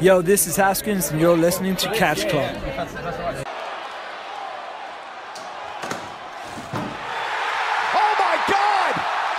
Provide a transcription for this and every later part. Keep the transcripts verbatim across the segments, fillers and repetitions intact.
Yo, this is Haskins and you're listening to Catch Club. Oh my God!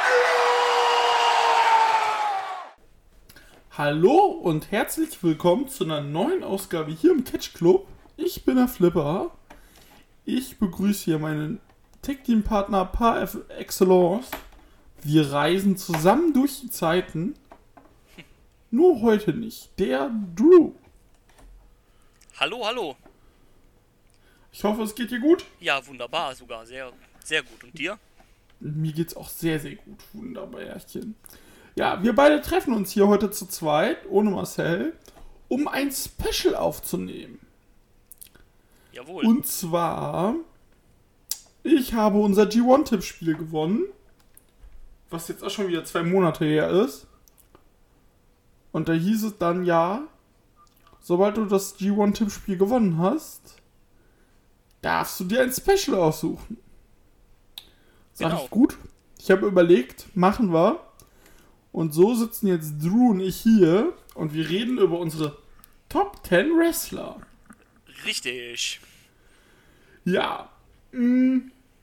Hallo und herzlich willkommen zu einer neuen Ausgabe hier im Catch Club. Ich bin der Flipper. Ich begrüße hier meinen Tech-Team-Partner par excellence. Wir reisen zusammen durch die Zeiten. Nur heute nicht. Der Drew. Hallo, hallo. Ich hoffe, es geht dir gut. Ja, wunderbar sogar. Sehr, sehr gut. Und dir? Mir geht's auch sehr, sehr gut. Wunderbarchen. Ja, wir beide treffen uns hier heute zu zweit, ohne Marcel, um ein Special aufzunehmen. Jawohl. Und zwar, ich habe unser G eins Tippspiel gewonnen, was jetzt auch schon wieder zwei Monate her ist. Und da hieß es dann, ja, sobald du das G eins Tippspiel gewonnen hast, darfst du dir ein Special aussuchen. Sag Genau. ich gut. Ich habe überlegt, machen wir. Und so sitzen jetzt Drew und ich hier und wir reden über unsere Top zehn Wrestler. Richtig. Ja. Mh.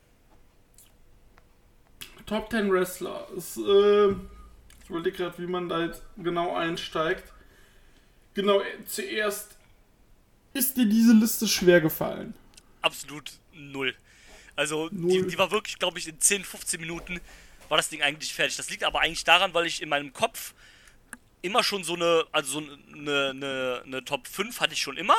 Top zehn Wrestler. Ist, äh, ich überlege gerade, wie man da jetzt genau einsteigt. Genau, äh, zuerst, ist dir diese Liste schwer gefallen? Absolut null. Also, Null. Die, die war wirklich, glaube ich, in zehn, fünfzehn Minuten war das Ding eigentlich fertig. Das liegt aber eigentlich daran, weil ich in meinem Kopf immer schon so eine, also so eine, eine, eine Top fünf hatte ich schon immer.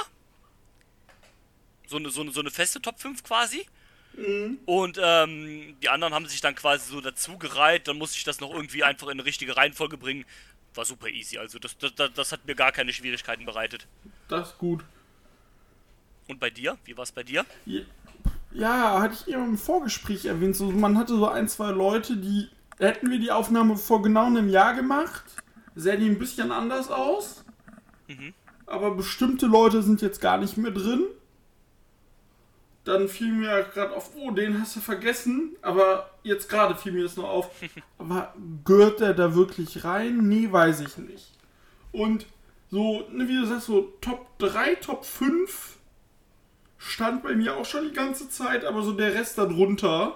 So eine, so eine, so eine feste Top fünf quasi. Mhm. Und ähm, die anderen haben sich dann quasi so dazu gereiht. Dann musste ich das noch irgendwie einfach in eine richtige Reihenfolge bringen. War super easy. Also das, das, das hat mir gar keine Schwierigkeiten bereitet. Das ist gut. Und bei dir? Wie war es bei dir? Ja, ja, hatte ich eben im Vorgespräch erwähnt. So, man hatte so ein, zwei Leute, die, hätten wir die Aufnahme vor genau einem Jahr gemacht, sähen die ein bisschen anders aus. Mhm. Aber bestimmte Leute sind jetzt gar nicht mehr drin. Dann fiel mir gerade auf, oh, den hast du vergessen. Aber jetzt gerade fiel mir das noch auf. Aber gehört der da wirklich rein? Nee, weiß ich nicht. Und so, ne, wie du sagst, so Top drei, Top fünf stand bei mir auch schon die ganze Zeit. Aber so der Rest darunter.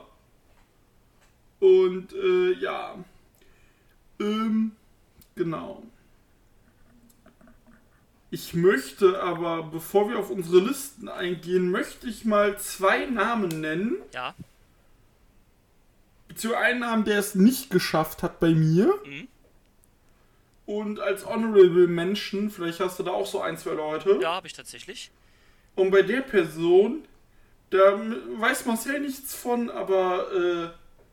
Und, äh, ja. Ähm, genau. Ich möchte aber, bevor wir auf unsere Listen eingehen, möchte ich mal zwei Namen nennen. Ja. Beziehungsweise einen Namen, der es nicht geschafft hat bei mir. Mhm. Und als Honorable Mention, vielleicht hast du da auch so ein, zwei Leute. Ja, habe ich tatsächlich. Und bei der Person, da weiß Marcel nichts von, aber äh,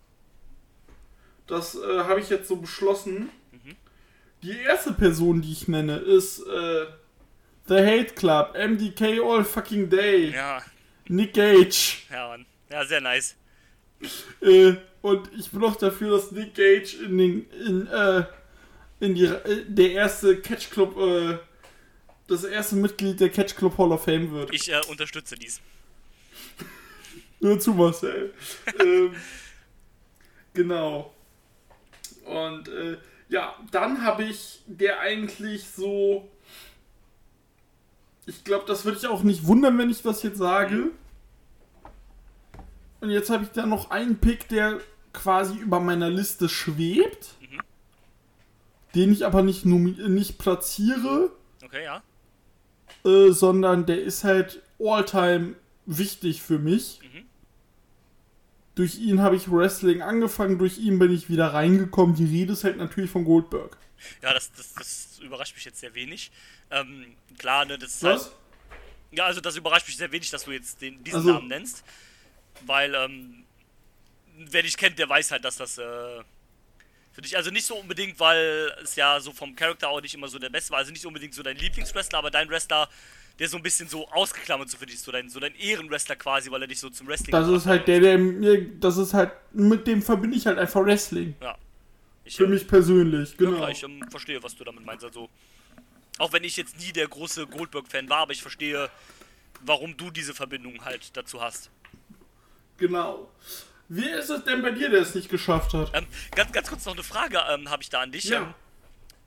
das äh, habe ich jetzt so beschlossen. Mhm. Die erste Person, die ich nenne, ist äh, The Hate Club, M D K All Fucking Day, Ja, Nick Gage. ja, Mann. Ja, sehr nice. Äh, und ich bin auch dafür, dass Nick Gage in den, in, äh, in die, äh, der erste Catch Club, äh, das erste Mitglied der Catch Club Hall of Fame wird. Ich äh, unterstütze dies. Nur zu Marcel. ähm, genau. Und, äh, ja, dann habe ich der eigentlich so, ich glaube, das würde ich auch nicht wundern, wenn ich das jetzt sage. Und jetzt habe ich da noch einen Pick, der quasi über meiner Liste schwebt, Mhm. den ich aber nicht, nomi- nicht platziere, Okay, ja. äh, sondern der ist halt all-time wichtig für mich. Mhm. Durch ihn habe ich Wrestling angefangen, durch ihn bin ich wieder reingekommen. Die Rede ist halt natürlich von Goldberg. Ja, das, das, das überrascht mich jetzt sehr wenig. Ähm, klar, ne, das ist Was? halt, ja, also das überrascht mich sehr wenig, dass du jetzt den, diesen Also- Namen nennst. Weil, ähm, wer dich kennt, der weiß halt, dass das, äh, für dich, also nicht so unbedingt, weil es ja so vom Charakter auch nicht immer so der Beste war, also nicht unbedingt so dein Lieblingswrestler, aber dein Wrestler, der so ein bisschen so ausgeklammert so für dich ist, so dein, so dein Ehrenwrestler quasi, weil er dich so zum Wrestling Das ist gebracht hat halt der, und der mir, das ist halt, mit dem verbinde ich halt einfach Wrestling. so. Ja. Ich, Für äh, mich persönlich, Ja, genau. klar, ich ähm, verstehe, was du damit meinst. Also, auch wenn ich jetzt nie der große Goldberg-Fan war, aber ich verstehe, warum du diese Verbindung halt dazu hast. Genau. Wie ist es denn bei dir, der es nicht geschafft hat? Ähm, ganz, ganz kurz noch eine Frage ähm, habe ich da an dich. Ja. Ähm,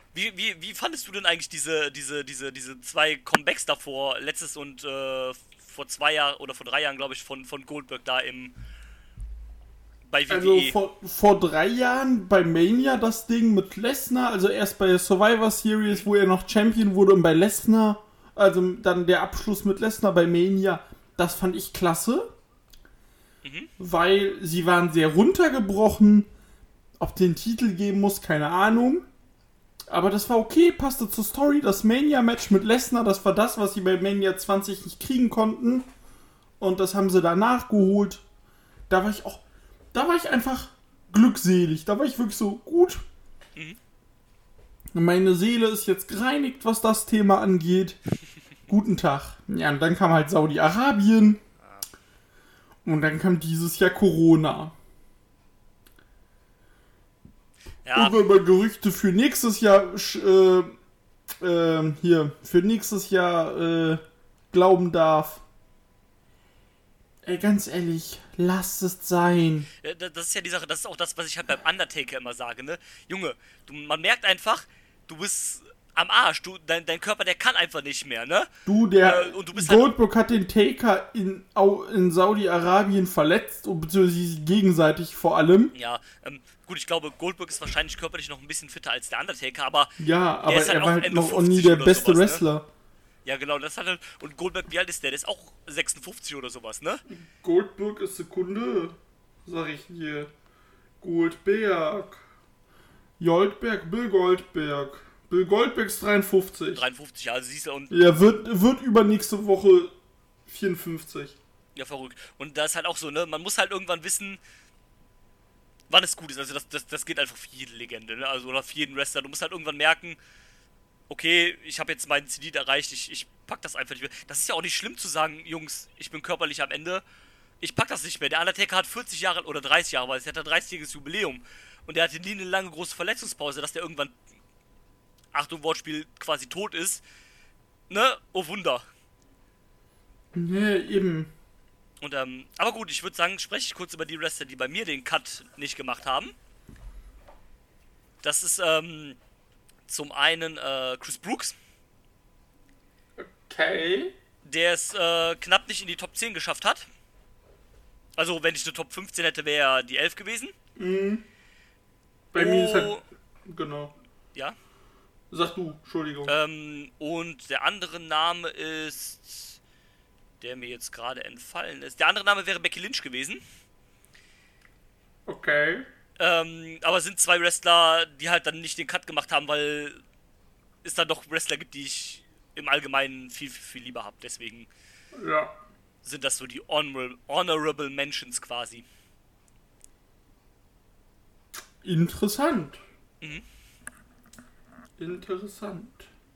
Wie, wie, wie fandest du denn eigentlich diese, diese, diese, diese zwei Comebacks davor, letztes und äh, vor zwei Jahren oder vor drei Jahren, glaube ich, von, von Goldberg da im bei W W E? Also vor, vor drei Jahren bei Mania das Ding mit Lesnar, also erst bei der Survivor Series, wo er noch Champion wurde, und bei Lesnar, also dann der Abschluss mit Lesnar bei Mania, das fand ich klasse. Mhm. Weil sie waren sehr runtergebrochen. Ob den Titel geben muss, keine Ahnung. Aber das war okay, passte zur Story. Das Mania-Match mit Lesnar, das war das, was sie bei Mania zwanzig nicht kriegen konnten. Und das haben sie danach geholt. Da war ich auch, da war ich einfach glückselig. Da war ich wirklich so, gut. Mhm. Meine Seele ist jetzt gereinigt, was das Thema angeht. Guten Tag. Ja, und dann kam halt Saudi-Arabien. Und dann kam dieses Jahr Corona. Ja. Und wenn man Gerüchte für nächstes Jahr äh, äh, hier, für nächstes Jahr äh, glauben darf. Ey, ganz ehrlich, lasst es sein. Ja, das ist ja die Sache, das ist auch das, was ich halt beim Undertaker immer sage, ne? Junge, du, man merkt einfach, du bist am Arsch, du, dein, dein Körper, der kann einfach nicht mehr, ne? Du, der äh, und du bist Goldberg halt hat den Taker in, in Saudi-Arabien verletzt, beziehungsweise gegenseitig vor allem. Ja, ähm, gut, ich glaube, Goldberg ist wahrscheinlich körperlich noch ein bisschen fitter als der Undertaker, aber ja, aber ist halt er war halt Ende noch nie der beste sowas, Wrestler. Ne? Ja, genau, das hat halt, und Goldberg, wie alt ist der? Der ist auch sechsundfünfzig oder sowas, ne? Goldberg ist Sekunde, sag ich hier. Goldberg. Goldberg, Bill Goldberg. Bill Goldberg ist dreiundfünfzig. dreiundfünfzig, ja, also siehst du, und... Ja, wird, wird übernächste Woche vierundfünfzig. Ja, verrückt. Und da ist halt auch so, ne, man muss halt irgendwann wissen, wann es gut ist. Also das, das, das geht einfach für jede Legende, ne, also oder für jeden Wrestler. Du musst halt irgendwann merken, okay, ich habe jetzt meinen Zenit erreicht, ich, ich pack das einfach nicht mehr. Das ist ja auch nicht schlimm zu sagen, Jungs, ich bin körperlich am Ende, ich pack das nicht mehr. Der Undertaker hat vierzig Jahre, oder dreißig Jahre, weil er hat ein dreißigjähriges Jubiläum. Und der hatte nie eine lange große Verletzungspause, dass der irgendwann, Achtung, Wortspiel, quasi tot ist. Ne? Oh Wunder. Ne, eben. Und, ähm, aber gut, ich würde sagen, spreche ich kurz über die Wrestler, die bei mir den Cut nicht gemacht haben. Das ist, ähm, zum einen, äh, Chris Brooks. Okay. Der es, äh, knapp nicht in die Top zehn geschafft hat. Also, wenn ich eine Top fünfzehn hätte, wäre er die elf gewesen. Mhm. Bei oh, mir ist halt, genau. Ja. Sag du, Entschuldigung. Ähm, und der andere Name ist, der mir jetzt gerade entfallen ist. Der andere Name wäre Becky Lynch gewesen. Okay. Ähm, aber es sind zwei Wrestler, die halt dann nicht den Cut gemacht haben, weil es da doch Wrestler gibt, die ich im Allgemeinen viel, viel, viel lieber habe. Deswegen ja. sind das so die Honorable, Honorable Mentions quasi. Interessant. Mhm. Interessant.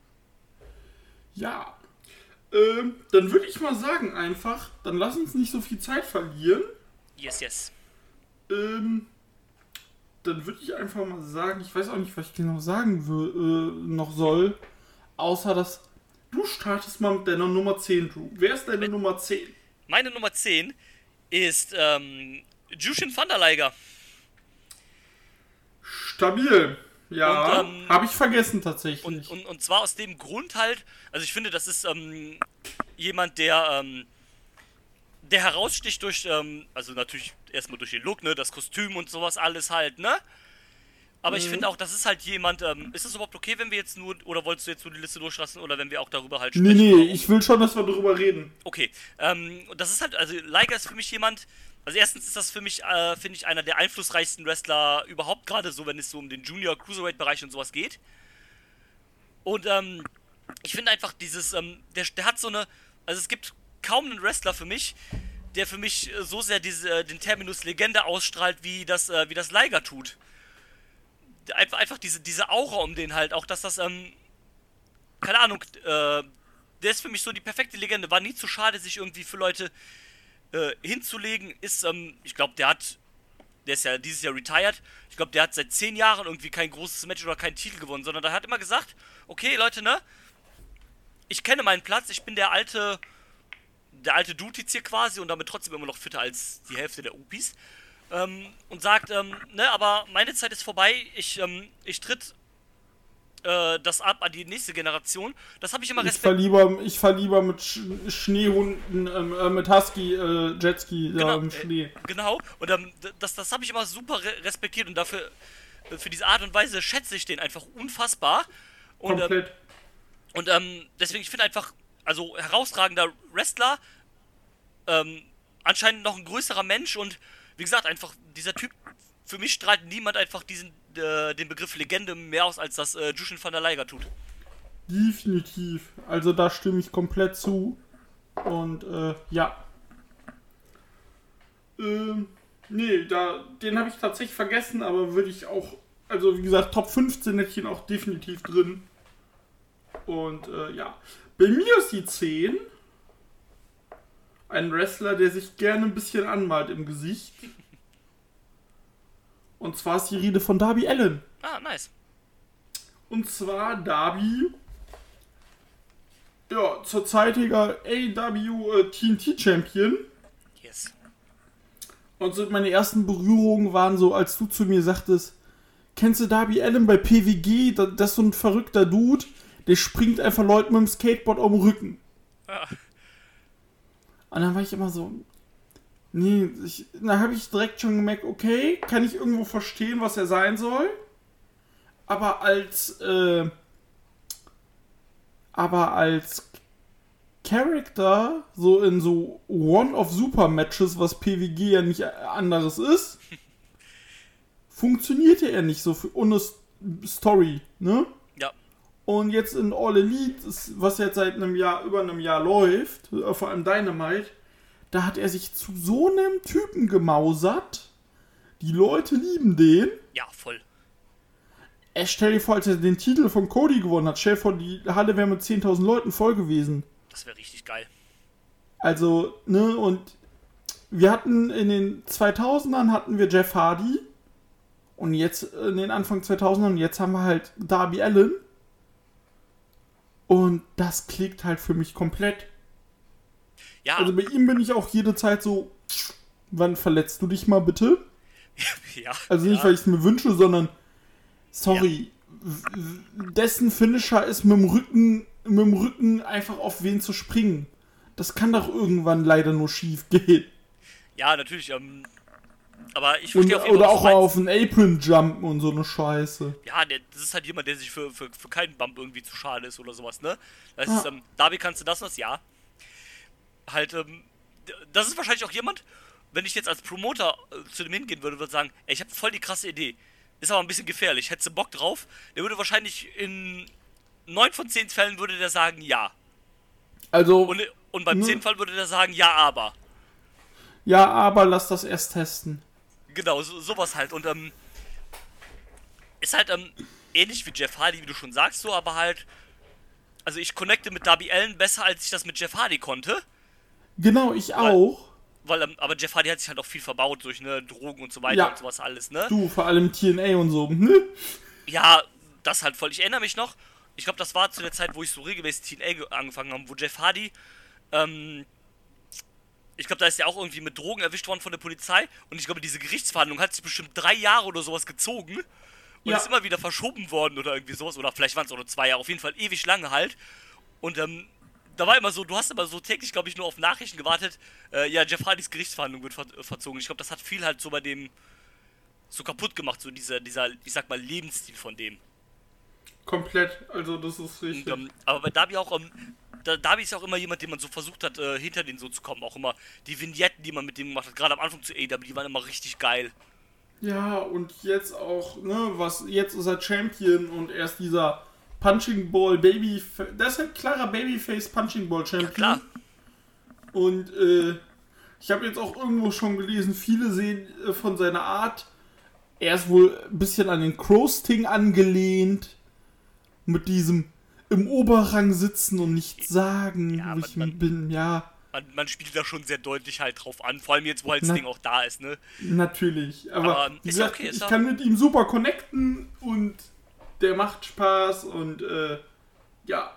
Ja. Ähm, dann würde ich mal sagen einfach, dann lass uns nicht so viel Zeit verlieren. Yes, yes. Ähm, dann würde ich einfach mal sagen, ich weiß auch nicht, was ich dir noch sagen will, äh, noch soll, außer dass du startest mal mit deiner Nummer zehn, Drew. Wer ist deine mit Nummer zehn? Meine Nummer zehn ist ähm, Jushin Thunder Liger. Stabil. Ja, ähm, habe ich vergessen tatsächlich. Und, und, und zwar aus dem Grund halt, also ich finde, das ist ähm, jemand, der ähm, der heraussticht durch, ähm, also natürlich erstmal durch den Look, ne, das Kostüm und sowas alles halt, ne? Aber mhm. ich finde auch, das ist halt jemand, ähm, ist es überhaupt okay, wenn wir jetzt nur, oder wolltest du jetzt nur die Liste durchlassen, oder wenn wir auch darüber halt sprechen? Nee, nee, ich will schon, dass wir darüber reden. Okay, ähm, das ist halt, also Liger ist für mich jemand, also erstens ist das für mich, äh, finde ich, einer der einflussreichsten Wrestler überhaupt, gerade so, wenn es so um den Junior-Cruiserweight-Bereich und sowas geht. Und, ähm, ich finde einfach dieses, ähm, der, der hat so eine, also es gibt kaum einen Wrestler für mich, der für mich so sehr diese, den Terminus Legende ausstrahlt, wie das, äh, wie das Liger tut. Einfach, einfach diese, diese Aura um den halt, auch dass das, ähm, keine Ahnung, äh, der ist für mich so die perfekte Legende, war nie zu schade, sich irgendwie für Leute äh, hinzulegen, ist, ähm, ich glaube, der hat, der ist ja dieses Jahr retired, ich glaube, der hat seit zehn Jahren irgendwie kein großes Match oder keinen Titel gewonnen, sondern der hat immer gesagt, okay, Leute, ne, ich kenne meinen Platz, ich bin der alte, der alte Dude jetzt hier quasi und damit trotzdem immer noch fitter als die Hälfte der Upis. Ähm, und sagt, ähm, ne, aber meine Zeit ist vorbei, ich, ähm, ich tritt äh, das ab an die nächste Generation. Das habe ich immer Ich fahr respektiert. lieber, ich fahr lieber mit Sch Schneehunden, ähm, äh, mit Husky, äh, Jetski da Genau, im Schnee. äh, genau. Und ähm, d- das, das habe ich immer super re respektiert und dafür, äh, für diese Art und Weise schätze ich den einfach unfassbar. Und, ähm, Komplett. und ähm, deswegen, ich finde einfach, also herausragender Wrestler, ähm, anscheinend noch ein größerer Mensch und wie gesagt, einfach dieser Typ, für mich strahlt niemand einfach diesen, äh, den Begriff Legende mehr aus, als das äh, Jushin van der Liger tut. Definitiv. Also da stimme ich komplett zu. Und äh, ja. Ähm, nee, da, den habe ich tatsächlich vergessen, aber würde ich auch, also wie gesagt, Top fünfzehn hätte ich ihn auch definitiv drin. Und äh, ja. Bei mir ist die zehn ein Wrestler, der sich gerne ein bisschen anmalt im Gesicht. Und zwar ist die Rede von Darby Allin. Ah, nice. Und zwar Darby, ja, zurzeitiger A E W äh, T N T Champion. Yes. Und so meine ersten Berührungen waren so, als du zu mir sagtest, kennst du Darby Allin bei P W G? Das, das ist so ein verrückter Dude, der springt einfach Leuten mit dem Skateboard auf den Rücken. Ja. Und dann war ich immer so, nee, ich, da habe ich direkt schon gemerkt, okay, kann ich irgendwo verstehen, was er sein soll. Aber als, äh, aber als Charakter, so in so One-of-Super-Matches, was P W G ja nicht anderes ist, funktionierte er nicht so für, ohne Story, ne? Ja. Und jetzt in All Elite, was jetzt seit einem Jahr, über einem Jahr läuft, vor allem Dynamite, da hat er sich zu so einem Typen gemausert. Die Leute lieben den. Ja, voll. Er stell dir vor, als er den Titel von Cody gewonnen hat, stell dir vor, die Halle wäre mit zehntausend Leuten voll gewesen. Das wäre richtig geil. Also, ne, und wir hatten in den zweitausendern hatten wir Jeff Hardy und jetzt in den Anfang zweitausendern, jetzt haben wir halt Darby Allin. Und das klickt halt für mich komplett. Ja. Also bei ihm bin ich auch jede Zeit so, wann verletzt du dich mal bitte? Ja. Also nicht, ja. weil ich es mir wünsche, sondern, sorry, w- w- dessen Finisher ist mit dem Rücken, mit dem Rücken einfach auf wen zu springen. Das kann doch irgendwann leider nur schief gehen. Ja, natürlich, ähm, aber ich Und, verstehe auf jeden oder Fall, was auch du meinst. auf einen Apron jumpen und so eine Scheiße. Ja, der, das ist halt jemand, der sich für, für, für keinen Bump irgendwie zu schade ist oder sowas, ne? Das Ja. ist, ähm, Darby kannst du das was? Ja. Halt, ähm, d- das ist wahrscheinlich auch jemand, wenn ich jetzt als Promoter äh, zu dem hingehen würde, würde sagen, ey, ich habe voll die krasse Idee. Ist aber ein bisschen gefährlich, hättest du Bock drauf? Der würde wahrscheinlich in neun von zehn Fällen würde der sagen, ja. Also, Und, und beim Ne. zehnten Fall würde der sagen, ja, aber. ja, aber lass das erst testen. Genau, so, sowas halt. Und ähm, ist halt ähm, ähnlich wie Jeff Hardy, wie du schon sagst, so, aber halt. Also ich connecte mit Darby Allin besser, als ich das mit Jeff Hardy konnte. Genau, ich auch. Weil, ähm, aber Jeff Hardy hat sich halt auch viel verbaut durch ne Drogen und so weiter Ja. und sowas alles, ne? Du, vor allem T N A und so, ne? Ja, das halt voll. Ich erinnere mich noch, ich glaube, das war zu der Zeit, wo ich so regelmäßig T N A ge- angefangen habe, wo Jeff Hardy, ähm, ich glaube, da ist ja auch irgendwie mit Drogen erwischt worden von der Polizei und ich glaube, diese Gerichtsverhandlung hat sich bestimmt drei Jahre oder sowas gezogen und Ja. ist immer wieder verschoben worden oder irgendwie sowas oder vielleicht waren es auch nur zwei Jahre, auf jeden Fall ewig lange halt und ähm, da war immer so, du hast immer so täglich, glaube ich, nur auf Nachrichten gewartet, äh, ja, Jeff Hardys Gerichtsverhandlung wird ver äh, verzogen. Ich glaube, das hat viel halt so bei dem so kaputt gemacht, so dieser, dieser, ich sag mal, Lebensstil von dem. Komplett, also das ist richtig. Und, ähm, aber bei Darby auch, ähm, da, Darby ist ja auch immer jemand, den man so versucht hat, äh, hinter den so zu kommen. Auch immer die Vignetten, die man mit dem gemacht hat, gerade am Anfang zu A E W, die waren immer richtig geil. Ja, und jetzt auch, ne, was, jetzt ist er Champion und er ist dieser Punching Ball Baby, das ist halt klarer Babyface Punching Ball Champion. Ja, klar. Und, äh, ich habe jetzt auch irgendwo schon gelesen, viele sehen äh, von seiner Art, er ist wohl ein bisschen an den Crow-Sting angelehnt, mit diesem im Oberrang sitzen und nichts sagen, Ja, wo man- ich man- bin, ja, Man, man spielt da schon sehr deutlich halt drauf an, vor allem jetzt, wo halt das Na- Ding auch da ist, ne? natürlich. Aber, Aber, wie ist ja gesagt, okay, ist ich ja- kann mit ihm super connecten und der macht Spaß und äh, ja.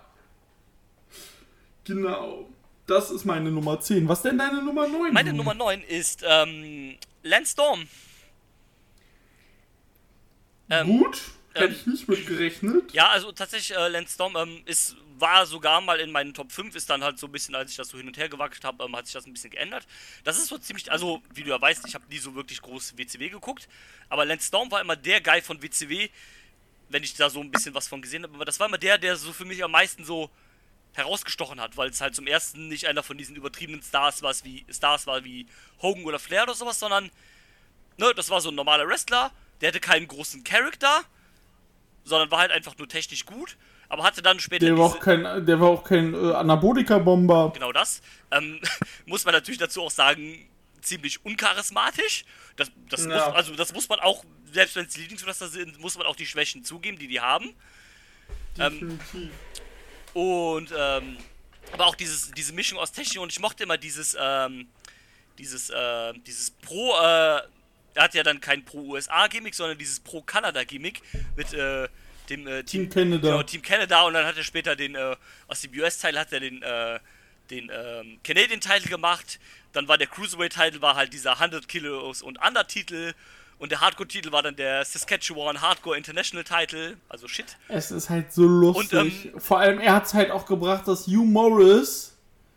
Genau. Das ist meine Nummer zehn. Was denn deine Nummer neun? Meine Nummer neun ist, ähm, Lance Storm. Ähm, Gut. Hätte Ähm, ich nicht mit gerechnet. Ja, also tatsächlich, äh, Lance Storm ähm, ist, war sogar mal in meinen Top fünf, ist dann halt so ein bisschen, als ich das so hin und her gewackelt habe, ähm, hat sich das ein bisschen geändert. Das ist so ziemlich, also wie du ja weißt, ich habe nie so wirklich groß W C W geguckt, aber Lance Storm war immer der Guy von W C W, wenn ich da so ein bisschen was von gesehen habe, aber das war immer der, der so für mich am meisten so herausgestochen hat, weil es halt zum ersten nicht einer von diesen übertriebenen Stars war, wie Stars war wie Hogan oder Flair oder sowas, sondern ne, das war so ein normaler Wrestler, der hatte keinen großen Charakter, sondern war halt einfach nur technisch gut, aber hatte dann später Der war diese, auch kein, der war auch kein äh, Anabolika-Bomber. genau das, ähm, muss man natürlich dazu auch sagen, ziemlich uncharismatisch. Das, das Ja. muss, also das muss man auch, selbst wenn es die Lieblingswrestler sind, muss man auch die Schwächen zugeben, die die haben. Ähm, Definitiv. und ähm, aber auch dieses, diese Mischung aus Technik, und ich mochte immer dieses, ähm, dieses, äh, dieses Pro, äh, er hat ja dann kein Pro-U S A-Gimmick, sondern dieses Pro-Kanada-Gimmick mit äh, dem äh, Team Canada. Genau, Team Canada, und dann hat er später den, äh, aus dem U S-Teil hat er den, äh, den ähm, Canadian-Title gemacht, dann war der Cruiserweight-Titel, war halt dieser hundert Kilos und Under-Titel, und der Hardcore-Titel war dann der Saskatchewan Hardcore International-Titel, also shit. Es ist halt so lustig. Und, ähm, Vor allem, er hat es halt auch gebracht, dass Hugh Morris,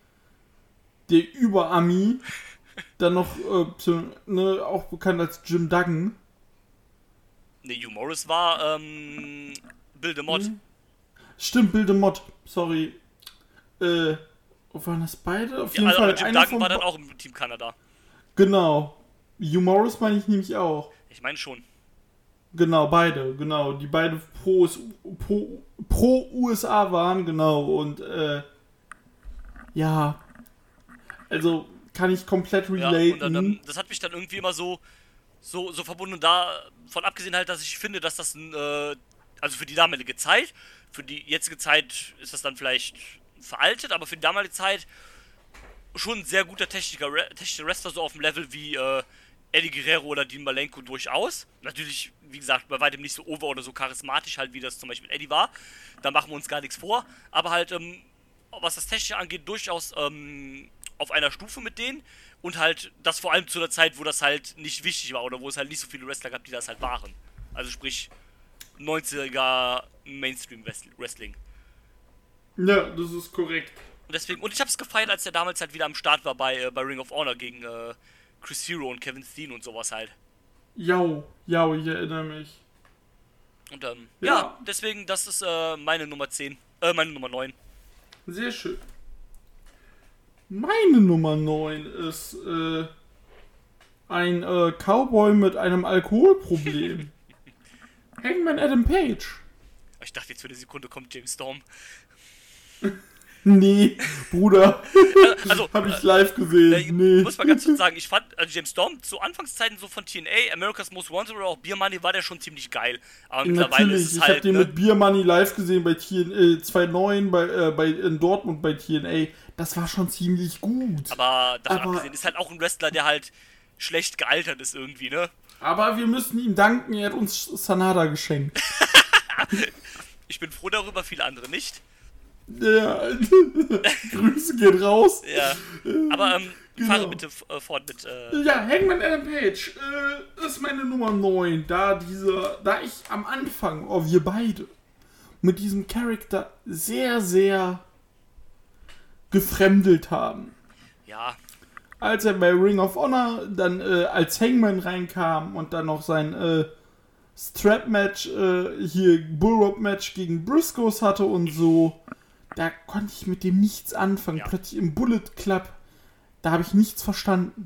der Über-Ami, dann noch, äh, zu, ne, auch bekannt als Jim Duggan. Ne, Hugh Morris war, ähm, Bill DeMott. Mhm. Stimmt, Bill DeMott, sorry. Äh, waren das beide? Auf Ja, jeden also, Fall aber Jim einer Duggan von war dann Bo- auch im Team Kanada. Genau. Hugh Morris meine ich nämlich auch. Ich meine schon. Genau, beide, genau. Die beide pro, pro, pro U S A waren, genau. Und, äh, ja. Also, kann ich komplett Ja, relaten. und dann, ähm, das hat mich dann irgendwie immer so, so, so verbunden. Und davon abgesehen halt, dass ich finde, dass das ein, äh, also für die damalige Zeit, für die jetzige Zeit ist das dann vielleicht veraltet, aber für die damalige Zeit schon ein sehr guter Techniker, technischer Wrestler, so auf dem Level wie äh, Eddie Guerrero oder Dean Malenko durchaus. Natürlich, wie gesagt, bei weitem nicht so over oder so charismatisch halt, wie das zum Beispiel Eddie war. Da machen wir uns gar nichts vor. Aber halt, ähm, was das Technische angeht, durchaus ähm, auf einer Stufe mit denen. Und halt, das vor allem zu der Zeit, wo das halt nicht wichtig war oder wo es halt nicht so viele Wrestler gab, die das halt waren. Also sprich, neunziger Mainstream Wrestling. Ja, das ist korrekt. Und deswegen, und ich hab's gefeiert, als der damals halt wieder am Start war bei, äh, bei Ring of Honor gegen äh, Chris Hero und Kevin Steen und sowas halt. Jau, jau, ich erinnere mich. Und ähm, Ja. ja. deswegen, das ist äh, meine Nummer zehn, äh, meine Nummer neun. Sehr schön. Meine Nummer neun ist äh, ein äh, Cowboy mit einem Alkoholproblem. Hangman Adam Page. Ich dachte jetzt für eine Sekunde kommt James Storm. Nee, Bruder. Also, Hab ich live gesehen. äh, Nee. muss man ganz kurz sagen, ich fand also James Storm zu Anfangszeiten so von T N A, America's Most Wanted oder auch Beer Money war der schon ziemlich geil. Aber mittlerweile Natürlich, ist es ich halt, hab den ne, mit Beer Money live gesehen bei T N A zwei neun, bei, äh, bei, in Dortmund bei T N A. Das war schon ziemlich gut. aber davon aber- abgesehen ist halt auch ein Wrestler, der halt schlecht gealtert ist irgendwie, ne? Aber wir müssen ihm danken, er hat uns Sanada geschenkt. Ich bin froh darüber, viele andere nicht. Ja, Grüße gehen raus. Ja, aber ähm, Genau. fahre bitte f- äh, fort mit, äh, Ja, Hangman Adam Page äh, ist meine Nummer neun, da dieser, da ich am Anfang, oh, wir beide, mit diesem Charakter sehr, sehr gefremdelt haben. ja, Als er bei Ring of Honor dann äh, als Hangman reinkam und dann noch sein äh, Strap-Match, äh, hier Bullrope-Match gegen Briscoes hatte und so, da konnte ich mit dem nichts anfangen. Ja. Plötzlich im Bullet Club, da habe ich nichts verstanden.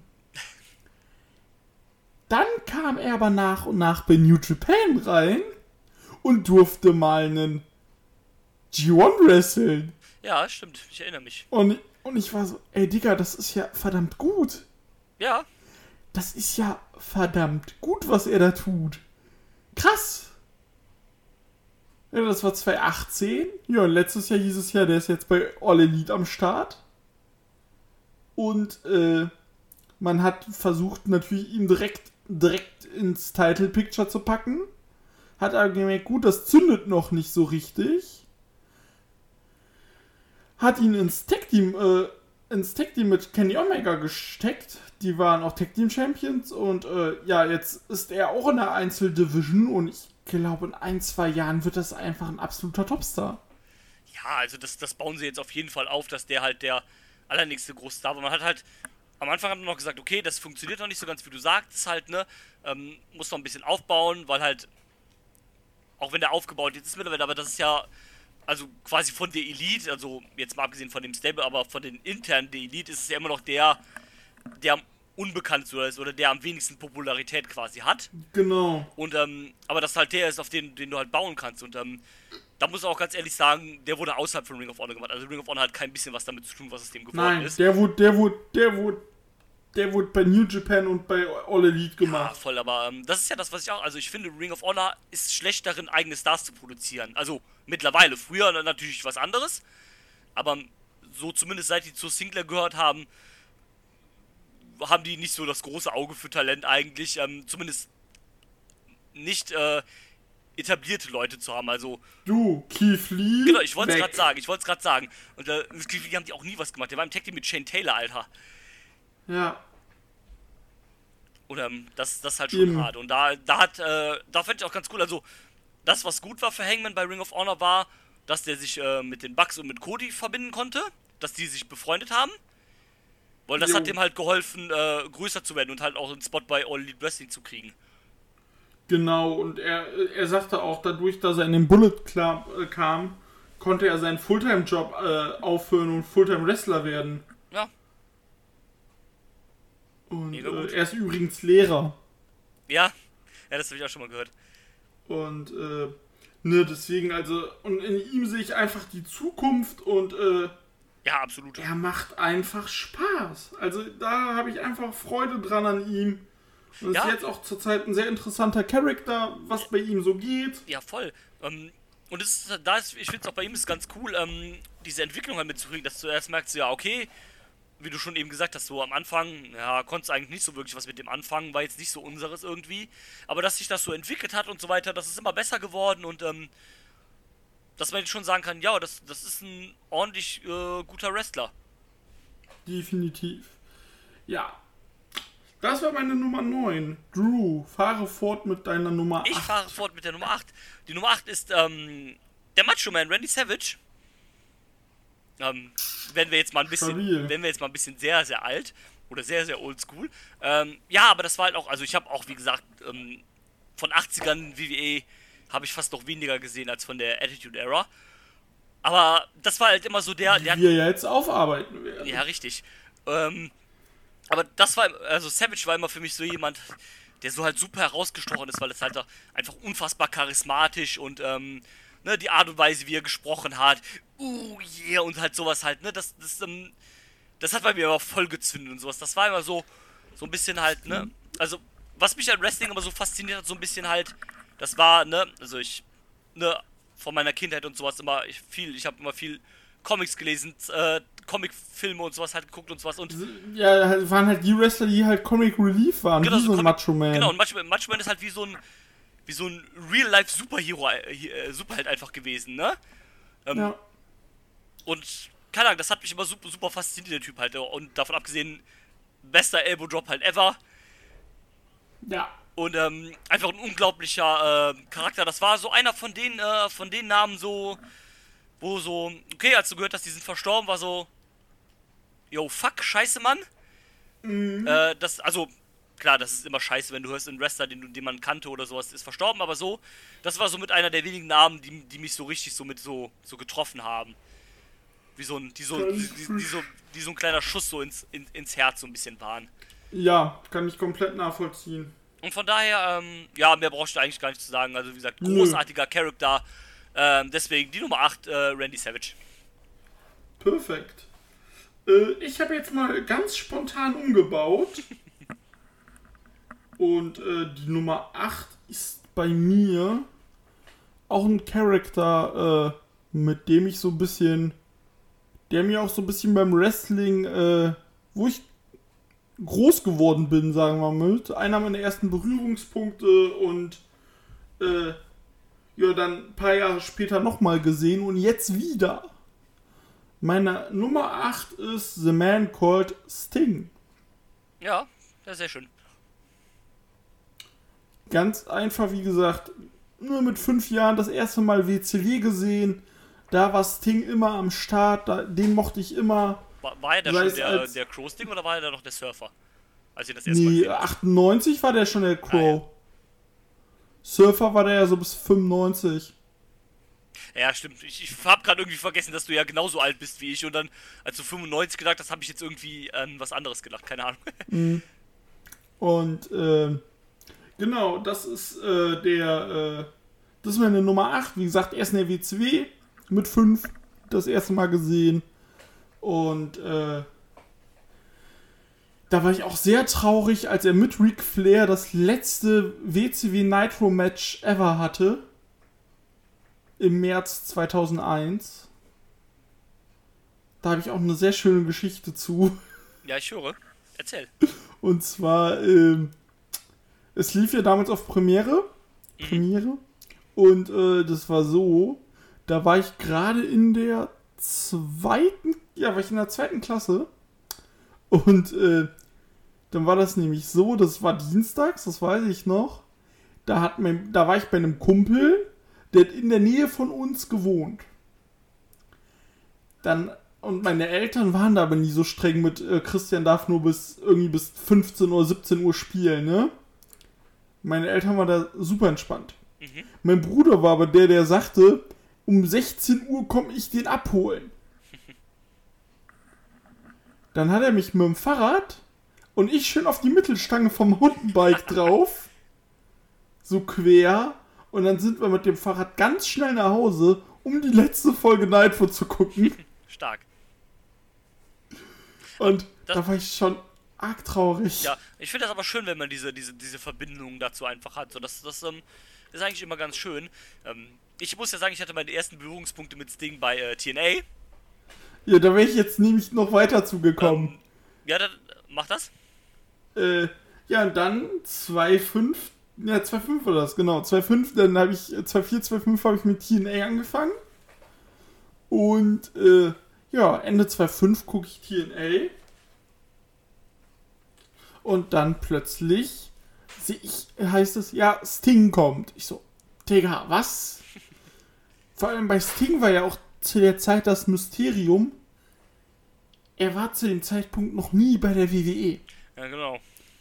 Dann kam er aber nach und nach bei New Japan rein und durfte mal einen G eins wresteln. ja, stimmt, ich erinnere mich. Und, und ich war so, ey Digga, das ist ja verdammt gut. Ja, Das ist ja verdammt gut, was er da tut. Krass. Ja, das war zwanzig achtzehn. Ja, und letztes Jahr hieß es ja, der ist jetzt bei All Elite am Start. Und äh, man hat versucht, natürlich ihn direkt, direkt ins Title Picture zu packen. Hat aber gemerkt, gut, das zündet noch nicht so richtig. Hat ihn ins Tag Team, äh, ins Tag Team mit Kenny Omega gesteckt. Die waren auch Tag Team Champions und äh, ja, jetzt ist er auch in der Einzeldivision und ich glaube, in ein, zwei Jahren wird das einfach ein absoluter Topstar. Ja, also das, das bauen sie jetzt auf jeden Fall auf, dass der halt der allernächste Großstar war. Man hat halt, am Anfang hat man noch gesagt, okay, das funktioniert noch nicht so ganz, wie du sagst, halt, ne, ähm, muss noch ein bisschen aufbauen, weil halt, auch wenn der aufgebaut jetzt ist mittlerweile, aber das ist ja, also quasi von der Elite, also jetzt mal abgesehen von dem Stable, aber von den internen der Elite ist es ja immer noch der, der am unbekanntsten ist oder der am wenigsten Popularität quasi hat. Genau. Und, ähm, aber das halt der ist, auf den, den du halt bauen kannst. Und, ähm, da muss ich auch ganz ehrlich sagen, der wurde außerhalb von Ring of Honor gemacht. Also Ring of Honor hat kein bisschen was damit zu tun, was es dem geworden Nein, ist. der wurde, der wurde, der wurde, der wurde bei New Japan und bei All Elite Ja, gemacht. voll, aber ähm, das ist ja das, was ich auch, also ich finde, Ring of Honor ist schlecht darin, eigene Stars zu produzieren. Also mittlerweile, früher natürlich was anderes, aber so zumindest seit die zu Sinclair gehört haben, haben die nicht so das große Auge für Talent eigentlich, ähm, zumindest nicht äh, etablierte Leute zu haben, also... Du, Keith Lee. Genau, ich wollte es weg. gerade sagen, ich wollte es gerade sagen. Und äh, mit Keith Lee haben die auch nie was gemacht, der war im Tag Team mit Shane Taylor, Alter. Ja. Und ähm, das, das ist halt schon Eben. hart. Und da, da hat, äh, da fand ich auch ganz cool, also das, was gut war für Hangman bei Ring of Honor, war, dass der sich äh, mit den Bucks und mit Cody verbinden konnte, dass die sich befreundet haben. Weil das Jo. hat dem halt geholfen, äh, größer zu werden und halt auch einen Spot bei All Elite Wrestling zu kriegen. Genau, und er, er sagte auch, dadurch, dass er in den Bullet Club äh, kam, konnte er seinen Fulltime-Job äh, aufhören und Fulltime-Wrestler werden. Ja, Und Mega gut. äh, er ist übrigens Lehrer. ja, ja, das habe ich auch schon mal gehört. Und, äh, ne, deswegen, also, und in ihm sehe ich einfach die Zukunft und, äh, Ja, absolut. er macht einfach Spaß. Also, da habe ich einfach Freude dran an ihm. Und Ja. ist jetzt auch zurzeit ein sehr interessanter Charakter, was bei ihm so geht. Ja, voll. Ähm, und es ist, da ist, ich finde es auch bei ihm ist ganz cool, ähm, diese Entwicklung halt mitzukriegen, dass du zuerst merkst, ja, okay, wie du schon eben gesagt hast, so am Anfang, ja, konntest du eigentlich nicht so wirklich was mit dem anfangen, war jetzt nicht so unseres irgendwie, aber dass sich das so entwickelt hat und so weiter, das ist immer besser geworden und, ähm, dass man jetzt schon sagen kann, ja, das, das ist ein ordentlich äh, guter Wrestler. Definitiv. Ja. Das war meine Nummer neun. Drew, fahre fort mit deiner Nummer acht. Ich fahre fort mit der Nummer acht. Die Nummer acht ist, ähm, der Macho Man, Randy Savage. Ähm, wenn wir jetzt mal ein bisschen, Stabil. wenn wir jetzt mal ein bisschen sehr, sehr alt oder sehr, sehr oldschool. Ähm, ja, aber das war halt auch, also ich habe auch, wie gesagt, ähm, von achtzigern W W E habe ich fast noch weniger gesehen als von der Attitude Era. Aber das war halt immer so der, der Die wir ja jetzt aufarbeiten werden. ja, richtig. Ähm, aber das war, also Savage war immer für mich so jemand, der so halt super herausgestochen ist, weil es halt auch einfach unfassbar charismatisch und, ähm, ne, die Art und Weise, wie er gesprochen hat, uh, yeah, und halt sowas halt, ne, das, das, ähm, das hat bei mir immer voll gezündet und sowas. Das war immer so, so ein bisschen halt, ne, also, was mich an Wrestling immer so fasziniert hat, so ein bisschen halt, das war, ne, also ich, ne, von meiner Kindheit und sowas immer ich, viel, ich habe immer viel Comics gelesen, äh, Comicfilme und sowas halt geguckt und sowas und Ja, halt- waren halt die Wrestler, die halt Comic Relief waren, genau, wie so ein Comic- Macho Man. Genau, und Macho, Macho Man ist halt wie so ein wie so ein Real-Life-Superhero, äh, Superheld einfach gewesen, ne? Ähm, Ja. Und, keine Ahnung, das hat mich immer super, super fasziniert, der Typ halt. Und davon abgesehen, bester Elbow-Drop halt ever. Ja. Und ähm, einfach ein unglaublicher äh, Charakter. Das war so einer von den, äh, von den Namen so, wo so, okay, als du gehört hast, die sind verstorben, war so, yo, fuck, scheiße, Mann. Mhm. Äh, das, also, klar, das ist immer scheiße, wenn du hörst, ein Wrestler, den, du- den man kannte oder sowas, ist verstorben, aber so, das war so mit einer der wenigen Namen, die, die mich so richtig so mit so, so getroffen haben. Wie so ein, die so, die, die, die so, die so ein kleiner Schuss so ins, in, ins Herz so ein bisschen waren. Ja, kann ich komplett nachvollziehen. Und von daher, ähm, ja, mehr brauchst du eigentlich gar nicht zu sagen. Also wie gesagt, Nö. großartiger Charakter. Ähm, deswegen die Nummer acht, äh, Randy Savage. Perfekt. Äh, ich habe jetzt mal ganz spontan umgebaut. Und äh, die Nummer acht ist bei mir auch ein Charakter, äh, mit dem ich so ein bisschen, der mir auch so ein bisschen beim Wrestling, äh, wo ich groß geworden bin, sagen wir mal, mit. Einer meiner ersten Berührungspunkte und äh, ja, dann ein paar Jahre später nochmal gesehen und jetzt wieder. Meine Nummer acht ist The Man Called Sting. Ja, das ist sehr schön. Ganz einfach, wie gesagt, nur mit fünf Jahren das erste Mal W C W gesehen. Da war Sting immer am Start, da, den mochte ich immer. War, war er da schon der, als, der Crow-Sting oder war er da noch der Surfer? Als ihr das erste nee, Mal achtundneunzig war der schon der Crow. Ah, ja. Surfer war der ja so bis fünfundneunzig. Ja, stimmt. Ich, ich hab gerade irgendwie vergessen, dass du ja genauso alt bist wie ich und dann, als du fünfundneunzig gedacht hast, habe ich jetzt irgendwie an was anderes gedacht. Keine Ahnung. Mhm. Und, äh, genau, das ist, äh, der, äh, das ist meine Nummer acht. Wie gesagt, erst in der W C W mit fünf das erste Mal gesehen. Und, äh, da war ich auch sehr traurig, als er mit Ric Flair das letzte W C W Nitro Match ever hatte. Im März zweitausendeins. Da habe ich auch eine sehr schöne Geschichte zu. Ja, ich höre. Erzähl. Und zwar, ähm, es lief ja damals auf Premiere. Mhm. Premiere. Und äh, das war so, da war ich gerade in der zweiten, ja, war ich in der zweiten Klasse. Und äh, dann war das nämlich so, das war dienstags, das weiß ich noch. Da, hat mein, da war ich bei einem Kumpel, der hat in der Nähe von uns gewohnt. Dann, und meine Eltern waren da aber nie so streng mit, äh, Christian darf nur bis irgendwie bis fünfzehn oder siebzehn Uhr spielen, ne? Meine Eltern waren da super entspannt. Mhm. Mein Bruder war aber der, der sagte, um sechzehn Uhr komme ich den abholen. Dann hat er mich mit dem Fahrrad und ich schön auf die Mittelstange vom Mountainbike drauf. So quer. Und dann sind wir mit dem Fahrrad ganz schnell nach Hause, um die letzte Folge Nitro zu gucken. Stark. Und das, da war ich schon arg traurig. Ja, ich finde das aber schön, wenn man diese, diese, diese Verbindung dazu einfach hat. So, das, das ähm, ist eigentlich immer ganz schön. Ähm, ich muss ja sagen, ich hatte meine ersten Berührungspunkte mit Sting bei äh, T N A. Ja, da wäre ich jetzt nämlich noch weiter zugekommen. Ähm, ja, dann mach das. Äh, ja, und dann zwei Komma fünf, ja, zwei Komma fünf war das, genau, zwei Komma fünf, dann habe ich, zwei Komma vier, zwei Komma fünf habe ich mit T N A angefangen. Und, äh, ja, Ende zwei Komma fünf gucke ich T N A. Und dann plötzlich sehe ich, heißt es, ja, Sting kommt. Ich so, Digga, was? Vor allem bei Sting war ja auch zu der Zeit das Mysterium, er war zu dem Zeitpunkt noch nie bei der W W E. Ja, genau.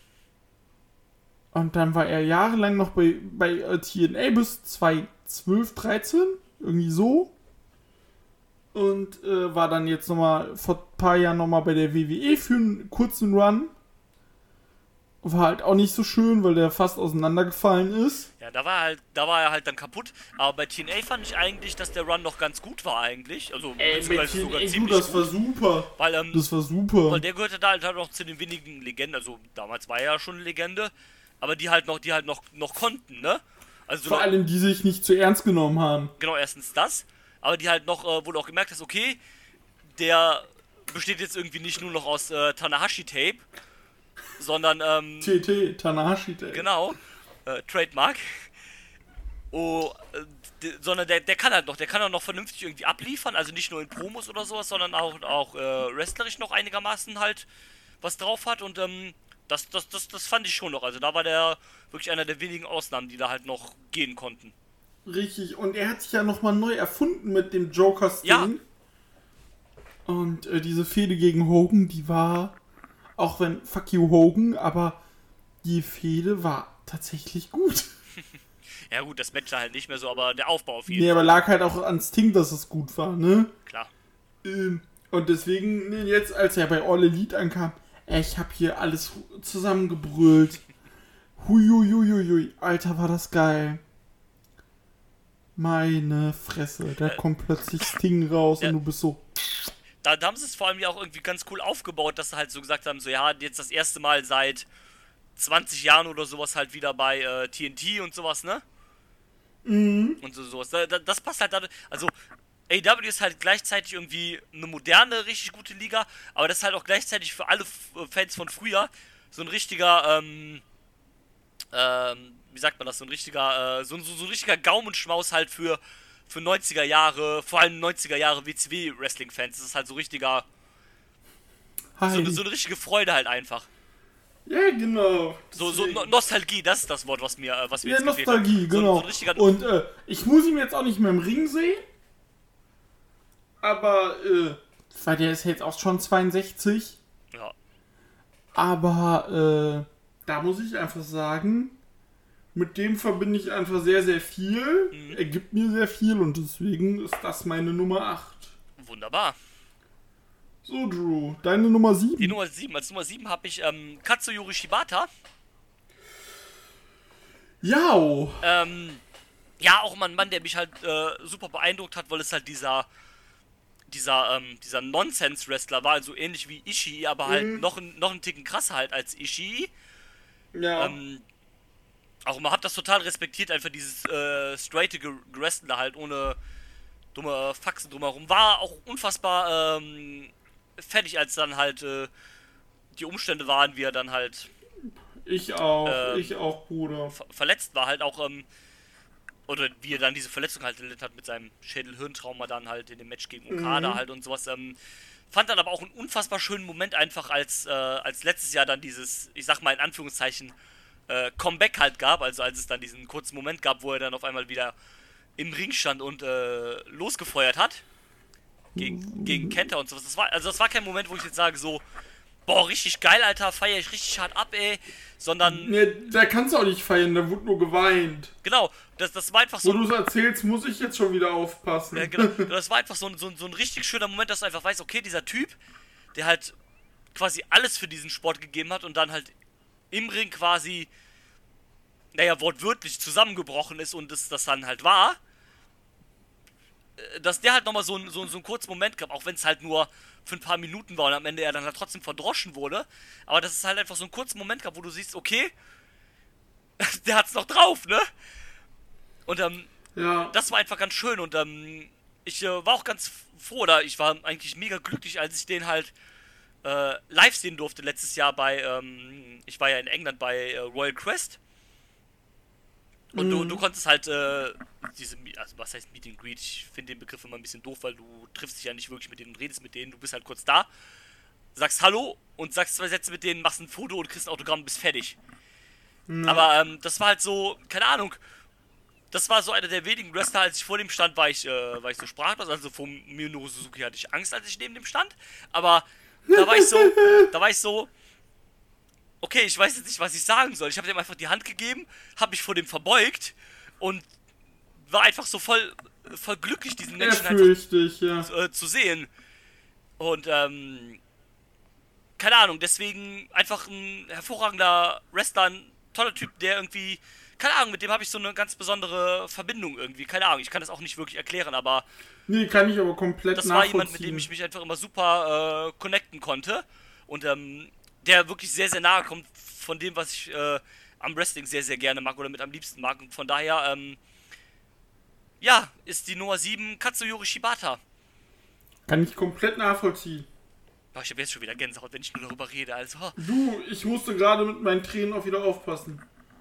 Und dann war er jahrelang noch bei, bei äh, T N A bis zweitausendzwölf, dreizehn, irgendwie so. Und äh, war dann jetzt nochmal vor ein paar Jahren nochmal bei der W W E für einen kurzen Run. War halt auch nicht so schön, weil der fast auseinandergefallen ist. Ja, da war, halt, da war er halt dann kaputt. Aber bei T N A fand ich eigentlich, dass der Run noch ganz gut war eigentlich. Also, Ey, mit T N A, sogar ey, ziemlich du, das gut. war super. Weil, ähm, das war super. Weil der gehörte da halt noch zu den wenigen Legenden. Also, damals war er ja schon eine Legende. Aber die halt noch, die halt noch, noch konnten, ne? Also, vor noch, allem, die sich nicht zu ernst genommen haben. Genau, erstens das. Aber die halt noch, äh, wo du auch gemerkt hast, okay, der besteht jetzt irgendwie nicht nur noch aus äh, Tanahashi-Tape, sondern, ähm... T T, Tanahashi-Tape. Genau, äh, Trademark. Oh, äh, sondern der, der kann halt noch, der kann auch noch vernünftig irgendwie abliefern, also nicht nur in Promos oder sowas, sondern auch, auch äh, wrestlerisch noch einigermaßen halt was drauf hat und, ähm, das, das, das, das fand ich schon noch. Also da war der wirklich einer der wenigen Ausnahmen, die da halt noch gehen konnten. Richtig, und er hat sich ja nochmal neu erfunden mit dem Joker-Sting. Ja. Und äh, diese Fehde gegen Hogan, die war, auch wenn, fuck you Hogan, aber die Fehde war tatsächlich gut. Ja gut, das Match halt nicht mehr so, aber der Aufbau auf jeden nee, Fall. Nee, aber lag halt auch an Sting, dass es gut war, ne? Klar. Ähm, und deswegen, ne, jetzt, als er bei All Elite ankam, ey, ich hab hier alles zusammengebrüllt. Huiuiuiui, Alter, war das geil. Meine Fresse, da äh, kommt plötzlich Sting raus ja. Und du bist so... Da, da haben sie es vor allem ja auch irgendwie ganz cool aufgebaut, dass sie halt so gesagt haben, so ja, jetzt das erste Mal seit zwanzig Jahren oder sowas halt wieder bei äh, T N T und sowas, ne? Mhm. Und so sowas. Da, da, das passt halt dadurch, also A E W ist halt gleichzeitig irgendwie eine moderne, richtig gute Liga, aber das ist halt auch gleichzeitig für alle Fans von früher so ein richtiger, ähm, ähm, wie sagt man das, so ein richtiger, äh, so, so, so ein richtiger Gaumenschmaus halt für, für neunziger Jahre, vor allem neunziger Jahre W C W-Wrestling-Fans. Das ist halt so richtiger, so, so eine richtige Freude halt einfach. Ja, genau. So, so no Nostalgie, das ist das Wort, was mir, äh, was mir Ja, jetzt gefehlt hat. Nostalgie, So, genau. so ein richtiger Und äh, ich muss ihn jetzt auch nicht mehr im Ring sehen. Aber, äh, weil der ist jetzt auch schon zweiundsechzig. Ja. Aber, äh, da muss ich einfach sagen, mit dem verbinde ich einfach sehr, sehr viel. Mhm. Er gibt mir sehr viel und deswegen ist das meine Nummer acht. Wunderbar. So, Drew, deine Nummer sieben. Die Nummer sieben. Als Nummer sieben habe ich ähm, Katsuyori Shibata. Ja. Ähm, ja, auch mal ein Mann, der mich halt äh, super beeindruckt hat, weil es halt dieser dieser, ähm, dieser Nonsense-Wrestler war, also ähnlich wie Ishii, aber halt Mhm. noch, ein, noch einen Ticken krasser halt als Ishii. Ja. Ähm, auch man hat das total respektiert, einfach dieses äh, straighte Wrestling da halt, ohne dumme Faxen drumherum. War auch unfassbar ähm, fertig, als dann halt äh, die Umstände waren, wie er dann halt Ich auch, ähm, ich auch, Bruder. ver verletzt war, halt auch, ähm, oder wie er dann diese Verletzung halt erlitten hat mit seinem Schädel-Hirntrauma dann halt in dem Match gegen Okada Mhm. halt und sowas. Ähm, fand dann aber auch einen unfassbar schönen Moment einfach, als, äh, als letztes Jahr dann dieses, ich sag mal in Anführungszeichen, äh, Comeback halt gab, also als es dann diesen kurzen Moment gab, wo er dann auf einmal wieder im Ring stand und äh, losgefeuert hat. Gegen, gegen Kenta und sowas. Das war, also das war kein Moment, wo ich jetzt sage so, boah, richtig geil, Alter, feier ich richtig hart ab, ey. Sondern, Nee, da kannst du auch nicht feiern, da wurde nur geweint. genau, das, das war einfach Wo so. du es erzählst, muss ich jetzt schon wieder aufpassen. Ja, genau. Das war einfach so ein, so, ein, so ein richtig schöner Moment, dass du einfach weißt, okay, dieser Typ, der halt quasi alles für diesen Sport gegeben hat und dann halt im Ring quasi, naja, wortwörtlich zusammengebrochen ist und es das dann halt war, äh, dass der halt nochmal so, ein, so, so einen kurzen Moment gab, auch wenn es halt nur für ein paar Minuten war und am Ende er dann halt trotzdem verdroschen wurde, aber dass es halt einfach so einen kurzen Moment gab, wo du siehst, okay, der hat's noch drauf, ne? Und ähm, Ja. das war einfach ganz schön und ähm, ich äh, war auch ganz froh, oder ich war eigentlich mega glücklich, als ich den halt äh, live sehen durfte letztes Jahr bei, ähm, ich war ja in England bei äh, Royal Quest und Mhm. du, du konntest halt äh, diese, also was heißt Meet and Greet, ich finde den Begriff immer ein bisschen doof, weil du triffst dich ja nicht wirklich mit denen und redest mit denen, du bist halt kurz da, sagst Hallo und sagst zwei Sätze mit denen, machst ein Foto und kriegst ein Autogramm und bist fertig. Aber ähm, das war halt so, keine Ahnung, das war so einer der wenigen Wrestler, als ich vor dem stand, war ich, äh, war ich so sprachlos. Also vor Minoru Suzuki hatte ich Angst, als ich neben dem stand. Aber da war ich so, da war ich so, okay, ich weiß jetzt nicht, was ich sagen soll. Ich habe dem einfach die Hand gegeben, habe mich vor dem verbeugt und war einfach so voll, voll glücklich, diesen Menschen einfach Ehrfürchtig, ja. äh, zu sehen. Und, ähm, keine Ahnung, deswegen einfach ein hervorragender Wrestler, ein toller Typ, der irgendwie, keine Ahnung, mit dem habe ich so eine ganz besondere Verbindung irgendwie, keine Ahnung, ich kann das auch nicht wirklich erklären, aber Nee, kann ich aber komplett das war nachvollziehen. jemand, mit dem ich mich einfach immer super äh, connecten konnte und ähm, der wirklich sehr, sehr nahe kommt von dem, was ich äh, am Wrestling sehr, sehr gerne mag oder mit am liebsten mag und von daher, ähm, ja, ist die Nummer sieben Katsuyori Shibata. Kann ich komplett nachvollziehen. Boah, ich habe jetzt schon wieder Gänsehaut, wenn ich nur darüber rede, also. Du, ich musste gerade mit meinen Tränen auch wieder aufpassen.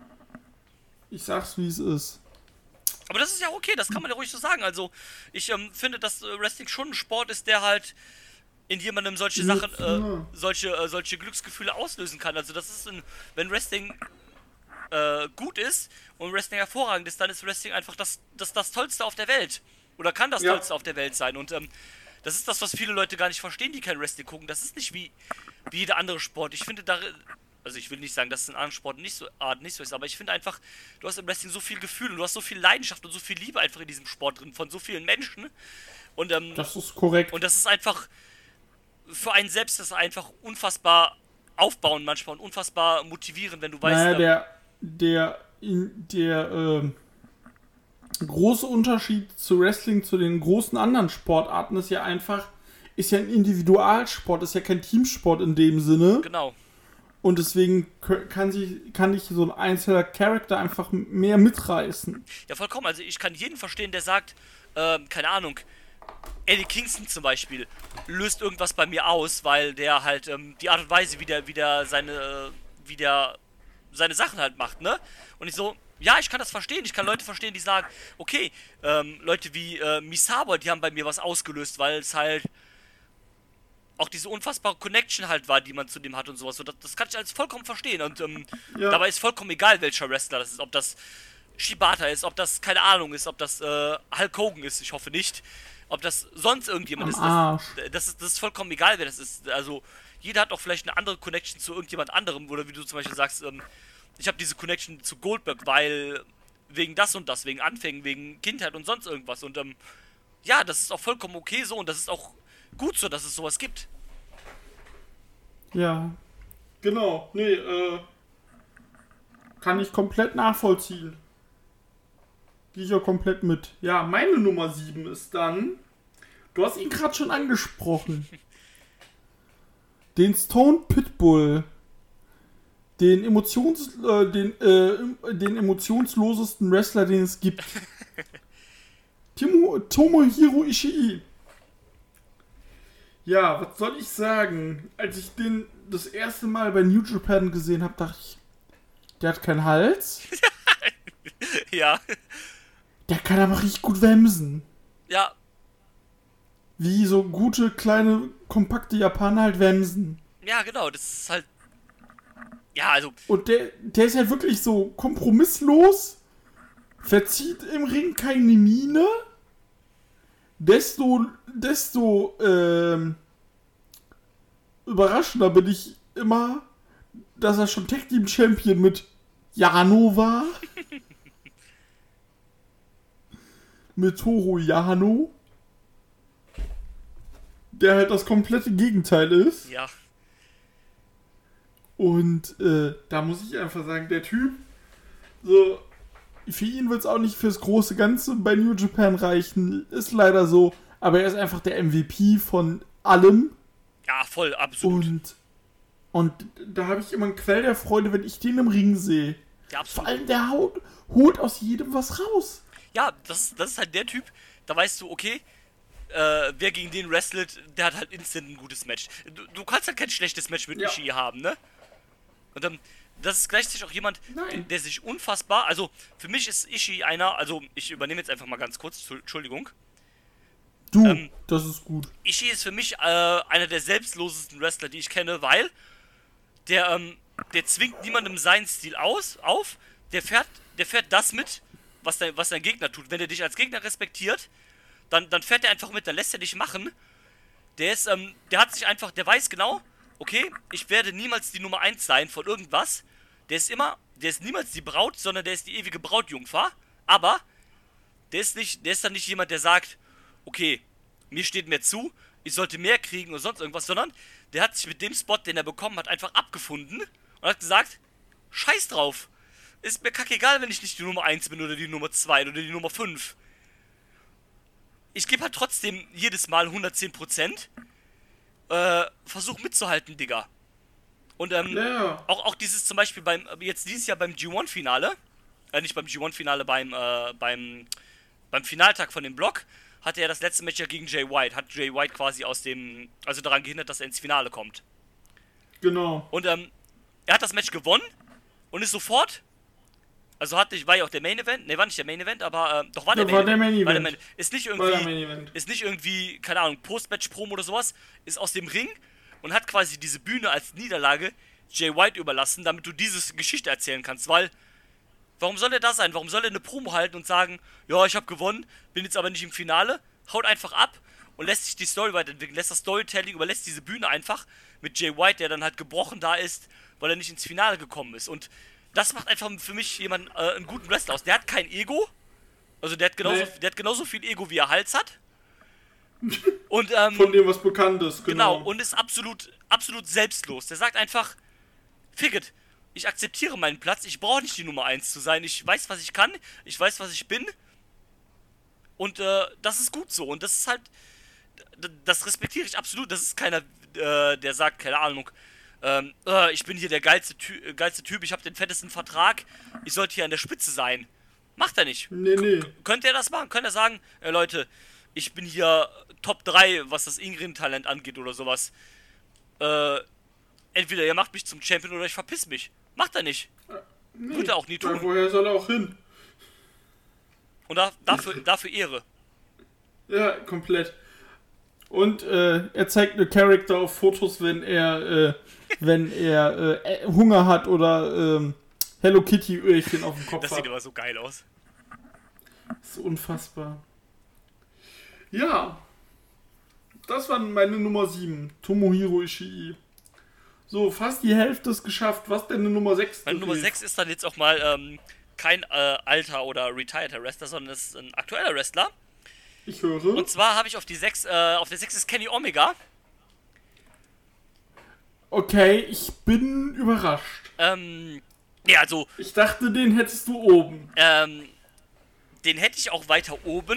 Ich sag's, wie es ist. Aber das ist ja okay, das kann man ja ruhig so sagen. Also, ich ähm, finde, dass äh, Wrestling schon ein Sport ist, der halt in jemandem solche Sachen, Ja. äh, solche, äh, solche Glücksgefühle auslösen kann. Also, das ist ein, wenn Wrestling äh, gut ist und Wrestling hervorragend ist, dann ist Wrestling einfach das, das, das Tollste auf der Welt. Oder kann das Ja. Tollste auf der Welt sein. Und ähm, das ist das, was viele Leute gar nicht verstehen, die kein Wrestling gucken. Das ist nicht wie, wie jeder andere Sport. Ich finde da, also ich will nicht sagen, dass es in anderen Sporten nicht so, Art nicht so ist, aber ich finde einfach, du hast im Wrestling so viel Gefühl und du hast so viel Leidenschaft und so viel Liebe einfach in diesem Sport drin, von so vielen Menschen. Und, ähm, Das ist korrekt. und das ist einfach, für einen selbst das ist einfach unfassbar aufbauend manchmal und unfassbar motivierend, wenn du weißt, Naja, ähm, der, der, in, der, ähm, große Unterschied zu Wrestling, zu den großen anderen Sportarten ist ja einfach, ist ja ein Individualsport, ist ja kein Teamsport in dem Sinne. genau. Und deswegen kö- kann sich, kann dich so ein einzelner Charakter einfach mehr mitreißen. Ja, vollkommen. Also ich kann jeden verstehen, der sagt, ähm, keine Ahnung, Eddie Kingston zum Beispiel löst irgendwas bei mir aus, weil der halt ähm, die Art und Weise, wie der, wie der seine, äh, wie der seine Sachen halt macht, ne? Und ich so, ja, ich kann das verstehen. Ich kann Leute verstehen, die sagen, okay, ähm, Leute wie äh, Misawa, die haben bei mir was ausgelöst, weil es halt auch diese unfassbare Connection halt war, die man zu dem hat und sowas. So, das, das kann ich alles vollkommen verstehen. Und ähm, Ja. dabei ist vollkommen egal, welcher Wrestler das ist. Ob das Shibata ist, ob das, keine Ahnung ist, ob das äh, Hulk Hogan ist, ich hoffe nicht. Ob das sonst irgendjemand Am ist. Arsch. Das, das ist. Das ist vollkommen egal, wer das ist. Also, jeder hat auch vielleicht eine andere Connection zu irgendjemand anderem. Oder wie du zum Beispiel sagst, ähm, ich habe diese Connection zu Goldberg, weil wegen das und das, wegen Anfängen, wegen Kindheit und sonst irgendwas. Und ähm, ja, das ist auch vollkommen okay so und das ist auch gut so, dass es sowas gibt. Ja. Genau. Nee, äh. Kann ich komplett nachvollziehen. Gehe ich auch komplett mit. Ja, meine Nummer sieben ist dann. Du hast ihn gerade schon angesprochen. Den Stone Pitbull. Den Emotions, äh, den, äh, den emotionslosesten Wrestler, den es gibt. Timo, Tomohiro Ishii. Ja, was soll ich sagen? Als ich den das erste Mal bei New Japan gesehen habe, dachte ich, der hat keinen Hals. Ja. Der kann aber richtig gut wemsen. Ja. Wie so gute, kleine, kompakte Japaner halt wemsen. Ja, genau, das ist halt. Ja, also. Und der, der ist halt wirklich so kompromisslos, verzieht im Ring keine Miene. Desto, desto, ähm, überraschender bin ich immer, dass er schon Tag Team Champion mit Yano war. Mit Toru Yano. Der halt das komplette Gegenteil ist. Ja. Und äh, da muss ich einfach sagen, der Typ, so, für ihn wird es auch nicht fürs große Ganze bei New Japan reichen. Ist leider so. Aber er ist einfach der M V P von allem. Ja, voll, absolut. Und, und da habe ich immer einen Quell der Freude, wenn ich den im Ring sehe. Ja, absolut. Vor allem der haut, holt aus jedem was raus. Ja, das, das ist halt der Typ, da weißt du, okay, äh, wer gegen den wrestelt, der hat halt instant ein gutes Match. Du, du kannst halt kein schlechtes Match mit Ja. Ishii haben, ne? Und dann, das ist gleichzeitig auch jemand, Nein. der sich unfassbar, also für mich ist Ishii einer, also ich übernehme jetzt einfach mal ganz kurz, Entschuldigung. Du, Ähm, das ist gut. Ishii ist für mich äh, einer der selbstlosesten Wrestler, die ich kenne, weil der, ähm, der zwingt niemandem seinen Stil aus, auf, der fährt, der fährt das mit, was dein, was dein Gegner tut. Wenn er dich als Gegner respektiert, dann, dann fährt er einfach mit, dann lässt er dich machen. Der ist, ähm, der hat sich einfach, der weiß genau, okay, ich werde niemals die Nummer eins sein von irgendwas. Der ist immer, der ist niemals die Braut, sondern der ist die ewige Brautjungfer. Aber der ist nicht, der ist dann nicht jemand, der sagt, okay, mir steht mehr zu, ich sollte mehr kriegen oder sonst irgendwas, sondern der hat sich mit dem Spot, den er bekommen hat, einfach abgefunden und hat gesagt, scheiß drauf. Ist mir kackegal, wenn ich nicht die Nummer eins bin oder die Nummer zwei oder die Nummer fünf. Ich gebe halt trotzdem jedes Mal hundertzehn Prozent. Äh, versuch mitzuhalten, Digga. Und ähm, Ja. auch, auch dieses zum Beispiel beim, jetzt dieses Jahr beim G eins Finale, äh, nicht beim G eins Finale, beim, äh, beim, beim Finaltag von dem Block, hatte er das letzte Match ja gegen Jay White, hat Jay White quasi aus dem, also daran gehindert, dass er ins Finale kommt. Genau. Und ähm, er hat das Match gewonnen und ist sofort, also hatte ich, war ja auch der Main Event, ne, war nicht der Main Event, aber ähm, doch war der, Ja, Main, war der Main Event. War der Event. Main, ist nicht War der irgendwie, Main Event. ist nicht irgendwie, keine Ahnung, Post-Match-Promo oder sowas, ist aus dem Ring und hat quasi diese Bühne als Niederlage Jay White überlassen, damit du diese Geschichte erzählen kannst, weil, warum soll er da sein? Warum soll er eine Promo halten und sagen, ja, ich habe gewonnen, bin jetzt aber nicht im Finale, haut einfach ab und lässt sich die Story weiterentwickeln, lässt das Storytelling, überlässt diese Bühne einfach mit Jay White, der dann halt gebrochen da ist, weil er nicht ins Finale gekommen ist. Und das macht einfach für mich jemanden, äh, einen guten Wrestler aus. Der hat kein Ego, also der hat genauso, Nee. der hat genauso viel Ego, wie er Hals hat. Und, ähm, Von dem, was bekannt ist, genau, genau. und ist absolut, absolut selbstlos. Der sagt einfach, fick it, ich akzeptiere meinen Platz, ich brauche nicht die Nummer eins zu sein, ich weiß, was ich kann, ich weiß, was ich bin. Und äh, das ist gut so. Und das ist halt, d- das respektiere ich absolut. Das ist keiner, äh, der sagt, keine Ahnung, ähm, äh, ich bin hier der geilste, Ty äh, geilste Typ, ich habe den fettesten Vertrag, ich sollte hier an der Spitze sein. Macht er nicht. Nee, nee. K könnte er das machen? Könnte er sagen, äh, Leute, ich bin hier Top drei, was das Ingrid-Talent angeht oder sowas. Äh, entweder ihr macht mich zum Champion oder ich verpiss mich. Macht er nicht. nee. Wird er auch nie tun. Weil woher soll er auch hin? Und da, dafür, dafür Ehre. Ja, komplett. Und äh, er zeigt eine Charakter auf Fotos, wenn er, äh, wenn er äh, Hunger hat oder ähm, Hello Kitty Öhrchen auf dem Kopf Das hat. sieht aber so geil aus. Das ist unfassbar. Ja. Das war meine Nummer sieben. Tomohiro Ishii. So, fast die Hälfte ist geschafft. Was denn eine Nummer sechs? Meine Nummer sechs ist dann jetzt auch mal ähm, kein äh, alter oder retireder Wrestler, sondern ist ein aktueller Wrestler. Ich höre. Und zwar habe ich auf die sechs, äh, auf der sechs ist Kenny Omega. Okay, ich bin überrascht. Ähm, ja, also, Ich dachte, den hättest du oben. ähm, den hätte ich auch weiter oben,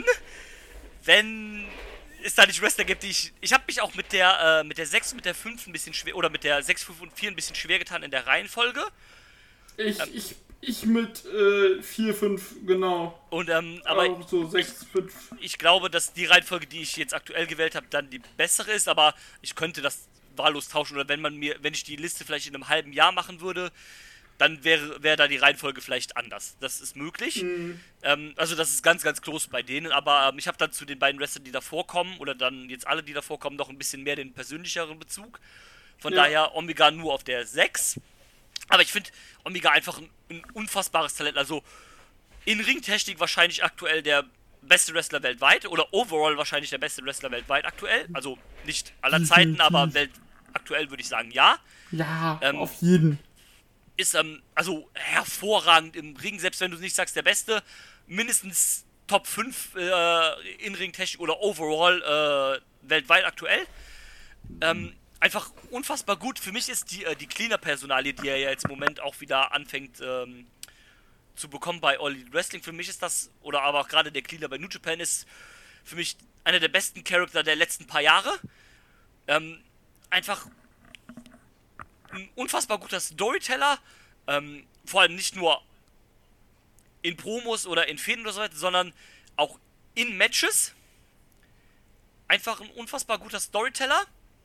wenn es da nicht Wrestler gibt, die ich... Ich habe mich auch mit der, äh, mit der sechs und mit der fünf ein bisschen schwer, oder mit der sechs, fünf und vier ein bisschen schwer getan in der Reihenfolge. Ich, Ähm. ich, ich mit äh, vier, fünf, genau. Und, ähm, aber Auch so sechs, fünf. ich glaube, dass die Reihenfolge, die ich jetzt aktuell gewählt habe, dann die bessere ist, aber ich könnte das wahllos tauschen, oder wenn man mir, wenn ich die Liste vielleicht in einem halben Jahr machen würde, dann wäre wäre da die Reihenfolge vielleicht anders. Das ist möglich. Mhm. Ähm, also das ist ganz, ganz close bei denen, aber ähm, ich habe dann zu den beiden Wrestlern, die davor kommen, oder dann jetzt alle, die davor kommen, noch ein bisschen mehr den persönlicheren Bezug. Von Ja. daher Omega nur auf der sechs. Aber ich finde Omega einfach ein, ein unfassbares Talent. Also in Ringtechnik wahrscheinlich aktuell der beste Wrestler weltweit oder overall wahrscheinlich der beste Wrestler weltweit aktuell. Also nicht aller Zeiten, aber Welt, aktuell würde ich sagen ja. Ja, Ähm, auf jeden. Ist ähm, also hervorragend im Ring, selbst wenn du nicht sagst der Beste, mindestens Top fünf äh, in Ringtechnik oder overall äh, weltweit aktuell. Ähm, einfach unfassbar gut. Für mich ist die, äh, die Cleaner-Personalie, die er ja jetzt im Moment auch wieder anfängt ähm, zu bekommen bei All Elite Wrestling, für mich ist das, oder aber auch gerade der Cleaner bei New Japan ist für mich einer der besten Charakter der letzten paar Jahre. Ähm, einfach ein unfassbar guter Storyteller, ähm, vor allem nicht nur in Promos oder in Fäden oder so weiter, sondern auch in Matches. Einfach ein unfassbar guter Storyteller,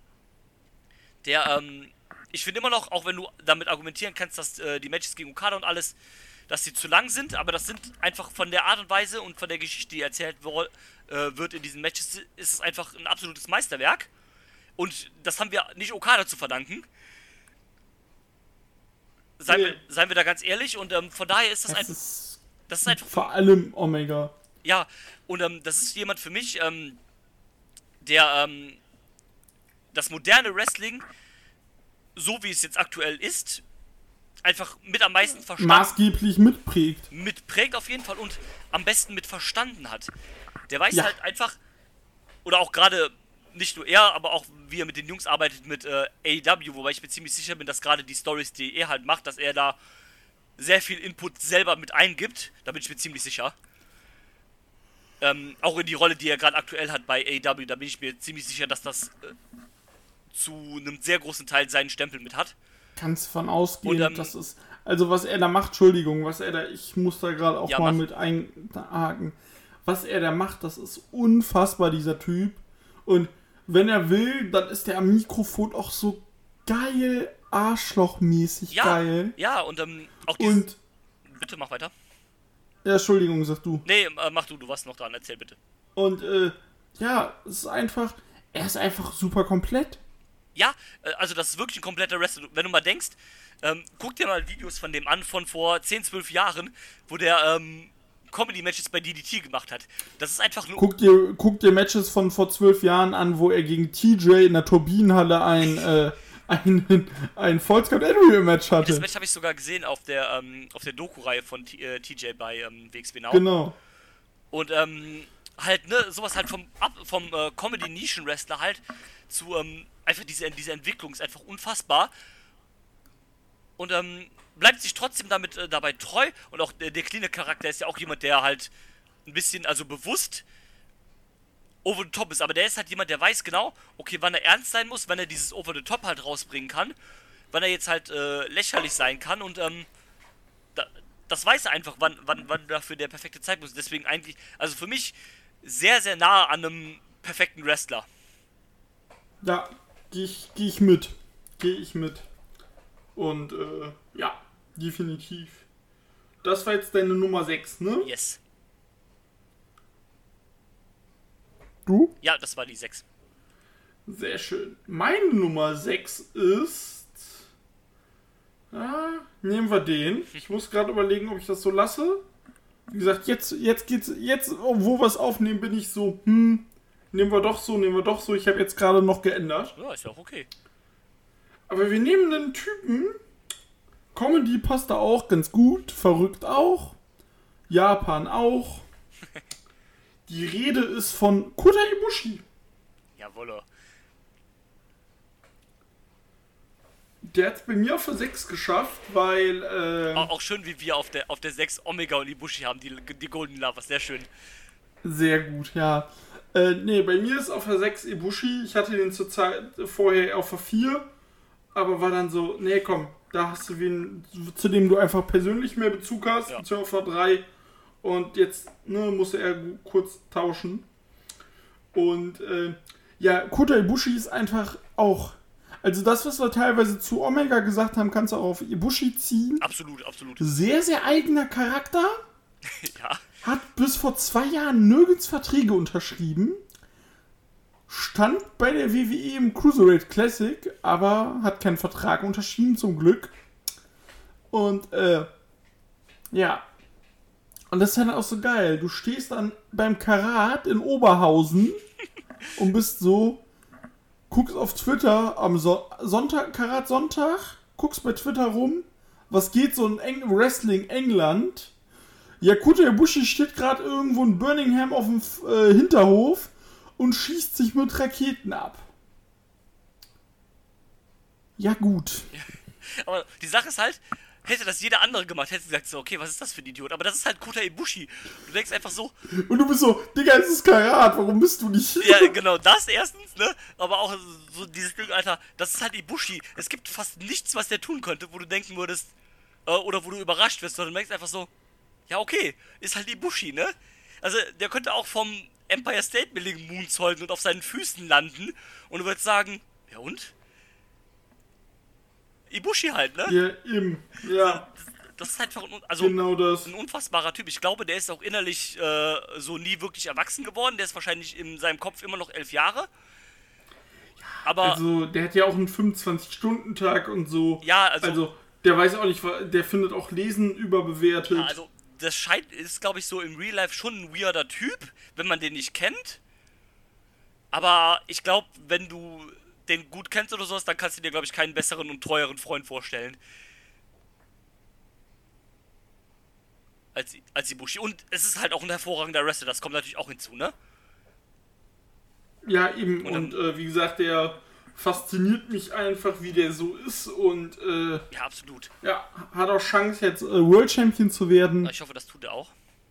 der, ähm, ich finde immer noch, auch wenn du damit argumentieren kannst, dass äh, die Matches gegen Okada und alles, dass sie zu lang sind, aber das sind einfach von der Art und Weise und von der Geschichte, die erzählt wo, äh, wird in diesen Matches, ist es einfach ein absolutes Meisterwerk. Und das haben wir nicht Okada zu verdanken. Seien, Nee. wir, seien wir da ganz ehrlich, und ähm, von daher ist das, Das einfach. ist Das ist einfach. vor allem Omega. Ja, und ähm, das ist jemand für mich, ähm, der ähm, das moderne Wrestling, so wie es jetzt aktuell ist, einfach mit am meisten verstanden, Maßgeblich mitprägt. mitprägt auf jeden Fall und am besten mit verstanden hat. Der weiß Ja. halt einfach, oder auch gerade nicht nur er, aber auch wie er mit den Jungs arbeitet mit äh, A E W, wobei ich mir ziemlich sicher bin, dass gerade die Stories, die er halt macht, dass er da sehr viel Input selber mit eingibt, da bin ich mir ziemlich sicher. Ähm, auch in die Rolle, die er gerade aktuell hat bei A E W, da bin ich mir ziemlich sicher, dass das äh, zu einem sehr großen Teil seinen Stempel mit hat. Kannst von ausgehen, Und, ähm, das ist, also was er da macht, Entschuldigung, was er da, ich muss da gerade auch Ja, mal mach. mit einhaken, was er da macht, das ist unfassbar, dieser Typ, und wenn er will, dann ist der am Mikrofon auch so geil, arschlochmäßig Ja, geil, ja, und ähm, auch dieses... und, Bitte, mach weiter. ja, Entschuldigung, sag du, Nee, äh, mach du, du warst noch dran, erzähl bitte. und, äh, ja, es ist einfach, er ist einfach super komplett. Ja, äh, also das ist wirklich ein kompletter Wrestler. Wenn du mal denkst, ähm, guck dir mal Videos von dem an von vor zehn, zwölf Jahren, wo der ähm, Comedy-Matches bei D D T gemacht hat. Das ist einfach nur... Guck dir, guck dir Matches von vor zwölf Jahren an, wo er gegen T J in der Turbinenhalle ein, äh, ein, ein Volkskamp-Match Das hatte. Match habe ich sogar gesehen auf der, ähm, auf der Doku-Reihe von T, äh, T J bei ähm, W X W Now. Genau. Und ähm, halt, ne, sowas halt vom, ab, vom äh, Comedy-Nischen-Wrestler halt zu, ähm, einfach diese, diese Entwicklung ist einfach unfassbar. Und ähm, bleibt sich trotzdem damit äh, dabei treu. Und auch der, der cleane Charakter ist ja auch jemand, der halt ein bisschen, also bewusst over the top ist. Aber der ist halt jemand, der weiß genau, okay, wann er ernst sein muss, wann er dieses over the top halt rausbringen kann, wann er jetzt halt äh, lächerlich sein kann. Und ähm, da, das weiß er einfach, wann, wann, wann dafür der perfekte Zeitpunkt ist. Deswegen eigentlich, also für mich sehr, sehr nah an einem perfekten Wrestler. Ja, gehe ich, geh ich mit. Gehe ich mit. Und, äh, ja, definitiv. Das war jetzt deine Nummer sechs, ne? Yes. Du? Ja, das war die sechs. Sehr schön. Meine Nummer sechs ist... Ah, nehmen wir den. Ich muss gerade überlegen, ob ich das so lasse. Wie gesagt, jetzt, jetzt geht's... Jetzt, wo wir es aufnehmen, bin ich so... Hm, nehmen wir doch so, nehmen wir doch so. Ich habe jetzt gerade noch geändert. Ja, ist ja auch okay. Aber wir nehmen einen Typen... Comedy passt da auch ganz gut. Verrückt auch. Japan auch. Die Rede ist von Kota Ibushi. Jawolle. Der hat es bei mir auf der sechs geschafft, weil... Äh, Auch, auch schön, wie wir auf der auf der sechs Omega und Ibushi haben, die, die Golden Lovers. Sehr schön. Sehr gut, ja. Äh, nee, bei mir ist auf der sechs Ibushi. Ich hatte den zur Zeit vorher auf der vier. Aber war dann so, nee, komm, da hast du wen, zu dem du einfach persönlich mehr Bezug hast. Ja. Beziehungsweise auf der drei. Und jetzt ne, musste er kurz tauschen. Und äh, ja, Kota Ibushi ist einfach auch... Also das, was wir teilweise zu Omega gesagt haben, kannst du auch auf Ibushi ziehen. Absolut, absolut. Sehr, sehr eigener Charakter. Ja. Hat bis vor zwei Jahren nirgends Verträge unterschrieben. Stand bei der W W E im Cruiserweight Classic, aber hat keinen Vertrag unterschrieben, zum Glück. Und, äh, ja. Und das ist dann auch so geil. Du stehst dann beim Karat in Oberhausen und bist so, guckst auf Twitter am so- Sonntag, Karat Sonntag, guckst bei Twitter rum, was geht so in Eng- Wrestling England. Ja, Kota Ibushi steht gerade irgendwo in Birmingham auf dem äh, Hinterhof und schießt sich mit Raketen ab. Ja, gut. Aber die Sache ist halt, hätte das jeder andere gemacht, hätte sie gesagt so, okay, was ist das für ein Idiot? Aber das ist halt Kota Ibushi. Du denkst einfach so... Und du bist so, Digga, es ist Karat, warum bist du nicht hier? Ja, genau, das erstens, ne? Aber auch so dieses Ding, Alter, das ist halt Ibushi. Es gibt fast nichts, was der tun könnte, wo du denken würdest, äh, oder wo du überrascht wirst, sondern du denkst einfach so, ja, okay, ist halt Ibushi, ne? Also, der könnte auch vom Empire State Building moonsaulten und auf seinen Füßen landen und du würdest sagen, ja und? Ibushi halt, ne? Ja, eben, ja. Das, das ist halt einfach, also Genau das. ein unfassbarer Typ. Ich glaube, der ist auch innerlich äh, so nie wirklich erwachsen geworden. Der ist wahrscheinlich in seinem Kopf immer noch elf Jahre. Aber Also, der hat ja auch einen fünfundzwanzig-Stunden-Tag und so. Ja, also- Also, der weiß auch nicht, der findet auch Lesen überbewertet. ja, also das scheint, ist glaube ich so im Real Life schon ein weirder Typ, wenn man den nicht kennt. Aber ich glaube, wenn du den gut kennst oder sowas, dann kannst du dir glaube ich keinen besseren und treueren Freund vorstellen. Als, als Ibushi. Und es ist halt auch ein hervorragender Wrestler, das kommt natürlich auch hinzu, ne? Ja, eben. Und Und, dann- äh, wie gesagt, der fasziniert mich einfach, wie der so ist. Und äh, Ja, absolut. ja, hat auch Chance, jetzt äh, World Champion zu werden. Ich hoffe, das tut er auch.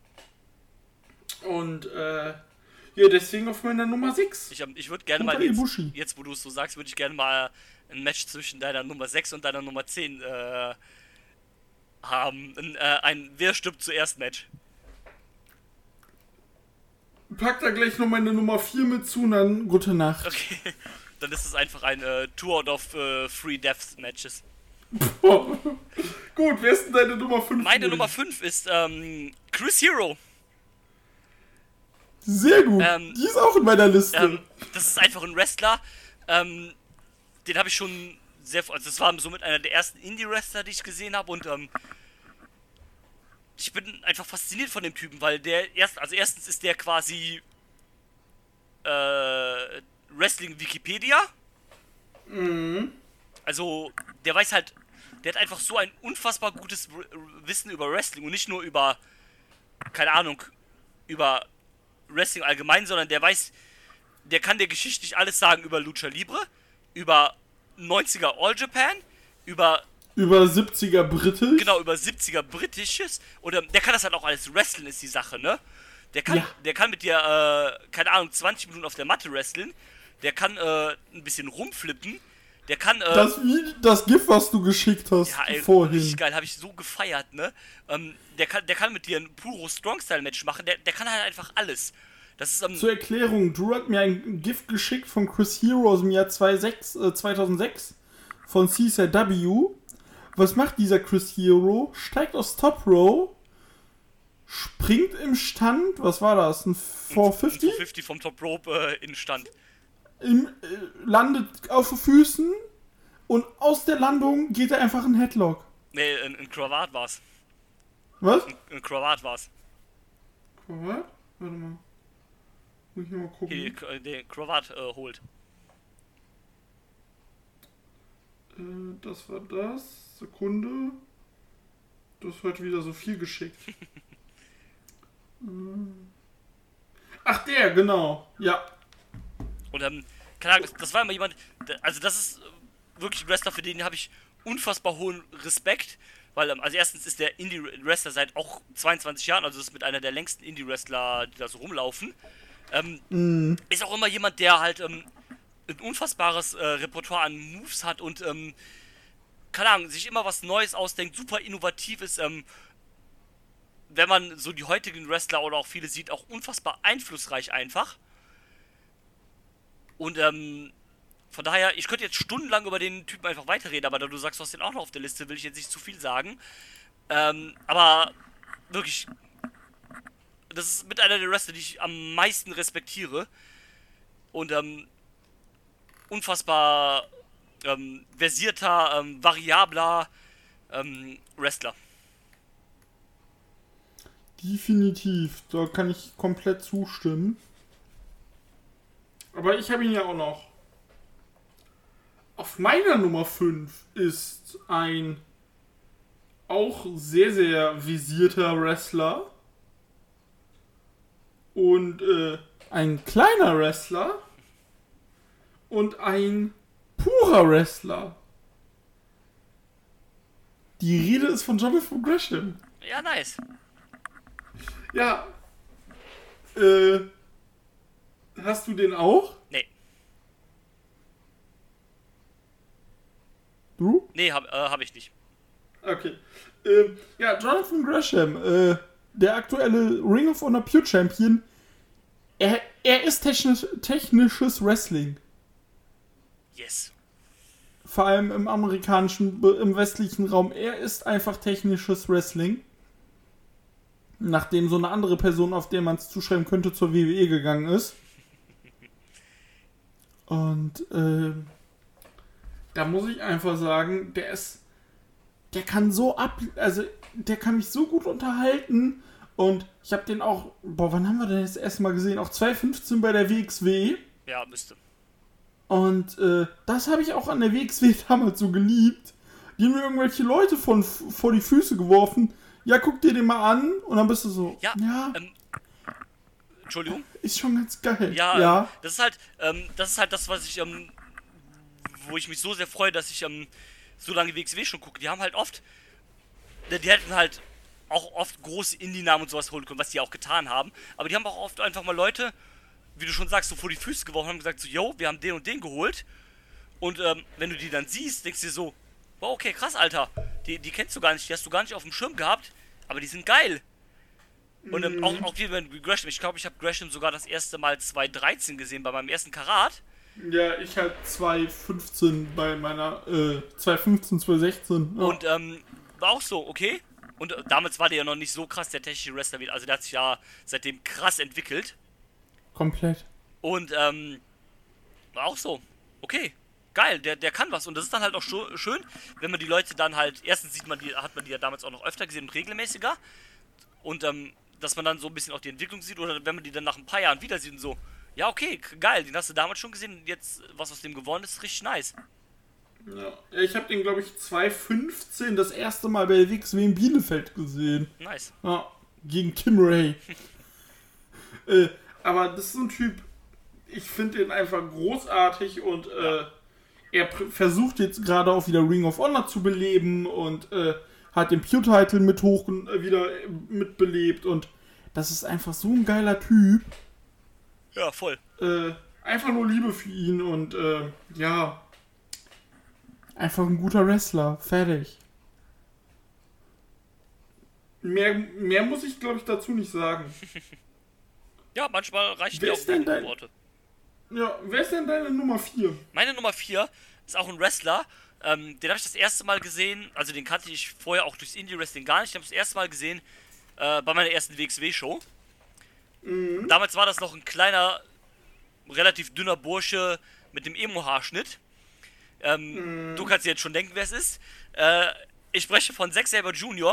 Und äh, ja, deswegen auf meiner Nummer sechs. Ich, ähm, ich würde gerne Kota mal, jetzt, Ibushi. jetzt wo du es so sagst, würde ich gerne mal ein Match zwischen deiner Nummer sechs und deiner Nummer zehn äh, haben. Ein, äh, ein Wer stirbt zuerst Match. Pack da gleich noch meine Nummer vier mit zu und dann gute Nacht. Okay, dann ist es einfach ein äh, Two out of äh, Three Deaths Matches. Oh. Gut, wer ist denn deine Nummer fünf? Meine Nummer fünf ist ähm, Chris Hero. Sehr gut. Ähm, Die ist auch in meiner Liste. Ähm, das ist einfach ein Wrestler. Ähm, den habe ich schon sehr, also das war somit einer der ersten Indie-Wrestler, die ich gesehen habe und ähm, ich bin einfach fasziniert von dem Typen, weil der erst, also erstens ist der quasi äh, Wrestling-Wikipedia. Mhm. Also der weiß halt, der hat einfach so ein unfassbar gutes R- Wissen über Wrestling und nicht nur über, keine Ahnung, über Wrestling allgemein, sondern der weiß, der kann dir geschichtlich alles sagen über Lucha Libre, über neunziger All Japan, über, Über siebziger britisch. genau, über siebziger britisches, oder der kann das halt auch alles wrestlen, ist die Sache, ne? Der kann, Ja. der kann mit dir, äh, keine Ahnung, zwanzig Minuten auf der Matte wrestlen, der kann, äh, ein bisschen rumflippen, der kann, äh, Das, wie, das GIF, was du geschickt hast ja, ey, richtig vorhin. geil, habe ich so gefeiert, ne? Ähm, der kann, der kann mit dir ein puro Strong-Style-Match machen, der, der kann halt einfach alles. Das ist, ähm, Zur Erklärung, Drew hat mir ein GIF geschickt von Chris Hero aus dem Jahr zweitausendsechs von C C W. Was macht dieser Chris Hero? Steigt aus Top Row, springt im Stand, was war das, ein ein vierhundertfünfzig? fünfzig vom Top Rope äh, in Stand. im, äh, landet auf den Füßen und aus der Landung geht er einfach in Headlock. Nee, ein, ein Kravat war's. Was? Ein, ein Kravat war's. Kravat? Warte mal. Muss ich mal gucken. Hier, die- den Kravat äh, holt. Äh, das war das. Sekunde. Du hast heute wieder so viel geschickt. Ach, der, genau. Ja. Und ähm, keine Ahnung, das, das war immer jemand, der, also das ist äh, wirklich ein Wrestler, für den habe ich unfassbar hohen Respekt, weil ähm, also erstens ist der Indie-Wrestler seit auch zweiundzwanzig Jahren, also das ist mit einer der längsten Indie-Wrestler, die da so rumlaufen. Ähm, mm. Ist auch immer jemand, der halt ähm, ein unfassbares äh, Repertoire an Moves hat und ähm, keine Ahnung, sich immer was Neues ausdenkt, super innovativ ist, ähm, wenn man so die heutigen Wrestler oder auch viele sieht, auch unfassbar einflussreich einfach. Und ähm, von daher, ich könnte jetzt stundenlang über den Typen einfach weiterreden, aber da du sagst, du hast den auch noch auf der Liste, will ich jetzt nicht zu viel sagen. Ähm, aber wirklich, das ist mit einer der Wrestler, die ich am meisten respektiere. Und ähm, unfassbar ähm, versierter, ähm, variabler ähm, Wrestler. Definitiv, da kann ich komplett zustimmen. Aber ich habe ihn ja auch noch. Auf meiner Nummer fünf ist ein auch sehr, sehr visierter Wrestler. Und äh, ein kleiner Wrestler. Und ein purer Wrestler. Die Rede ist von Jonathan Gresham. Ja, nice. Ja. Äh. Hast du den auch? Nee. Du? Nee, hab, äh, hab ich nicht. Okay. Ähm, ja, Jonathan Gresham, äh, der aktuelle Ring of Honor Pure Champion, er, er ist technisch, technisches Wrestling. Yes. Vor allem im amerikanischen, im westlichen Raum. Er ist einfach technisches Wrestling. Nachdem so eine andere Person, auf der man es zuschreiben könnte, zur W W E gegangen ist. Und äh, da muss ich einfach sagen, der ist, der kann so ab, also der kann mich so gut unterhalten. Und ich habe den auch, boah, wann haben wir denn das erste Mal gesehen? Auch zwanzig fünfzehn bei der W X W. Ja, müsste. Und äh, das habe ich auch an der W X W damals so geliebt. Die haben mir irgendwelche Leute von, vor die Füße geworfen. Ja, guck dir den mal an. Und dann bist du so, Ja, ja ähm, Entschuldigung? ist schon ganz geil. Ja, ja. Ähm, das ist halt, ähm, das ist halt das, was ich, ähm, wo ich mich so sehr freue, dass ich, ähm, so lange W X W schon gucke. Die haben halt oft, die, die hätten halt auch oft große Indie-Namen und sowas holen können, was die auch getan haben. Aber die haben auch oft einfach mal Leute, wie du schon sagst, so vor die Füße geworfen haben und gesagt so, yo, wir haben den und den geholt. Und ähm, wenn du die dann siehst, denkst du dir so, wow, okay, krass, Alter. Die, die kennst du gar nicht, die hast du gar nicht auf dem Schirm gehabt, aber die sind geil. Und ähm, auch, auch wie bei Gresham, ich glaube, ich habe Gresham sogar das erste Mal zwanzig dreizehn gesehen, bei meinem ersten Karat. Ja, ich halt zwanzig fünfzehn bei meiner, äh, zwanzig fünfzehn, zwanzig sechzehn. Ja. Und ähm, war auch so, okay. Und äh, damals war der ja noch nicht so krass, der technische Wrestler wieder. Also der hat sich ja seitdem krass entwickelt. Komplett. Und ähm, war auch so, okay. Geil, der, der kann was. Und das ist dann halt auch scho- schön, wenn man die Leute dann halt, erstens sieht man die, hat man die ja damals auch noch öfter gesehen und regelmäßiger. Und ähm, dass man dann so ein bisschen auch die Entwicklung sieht, oder wenn man die dann nach ein paar Jahren wieder sieht und so, ja, okay, k- geil, den hast du damals schon gesehen und jetzt, was aus dem geworden ist, ist richtig nice. Ja, ich habe den, glaube ich, zwanzig fünfzehn das erste Mal bei der W X W in Bielefeld gesehen. Nice. Ja, gegen Kim Ray. äh, aber das ist so ein Typ, ich finde den einfach großartig und äh, er pr- versucht jetzt gerade auch wieder Ring of Honor zu beleben und äh, hat den Pure-Title mit hoch äh, wieder äh, mitbelebt und das ist einfach so ein geiler Typ. Ja, voll. Äh, einfach nur Liebe für ihn und äh, ja, einfach ein guter Wrestler. Fertig. Mehr, mehr muss ich, glaube ich, dazu nicht sagen. Ja, manchmal reichen Wer mir auch ist denn wenige dein- Worte. Ja, wer ist denn deine Nummer vier? Meine Nummer vier ist auch ein Wrestler. Ähm, den habe ich das erste Mal gesehen, also den kannte ich vorher auch durchs Indie-Wrestling gar nicht. Ich habe das erste Mal gesehen äh, bei meiner ersten W X W-Show. Mhm. Damals war das noch ein kleiner, relativ dünner Bursche mit dem Emo-Haarschnitt. Ähm, mm. Du kannst dir jetzt schon denken, wer es ist. Äh, ich spreche von Zack Sabre Junior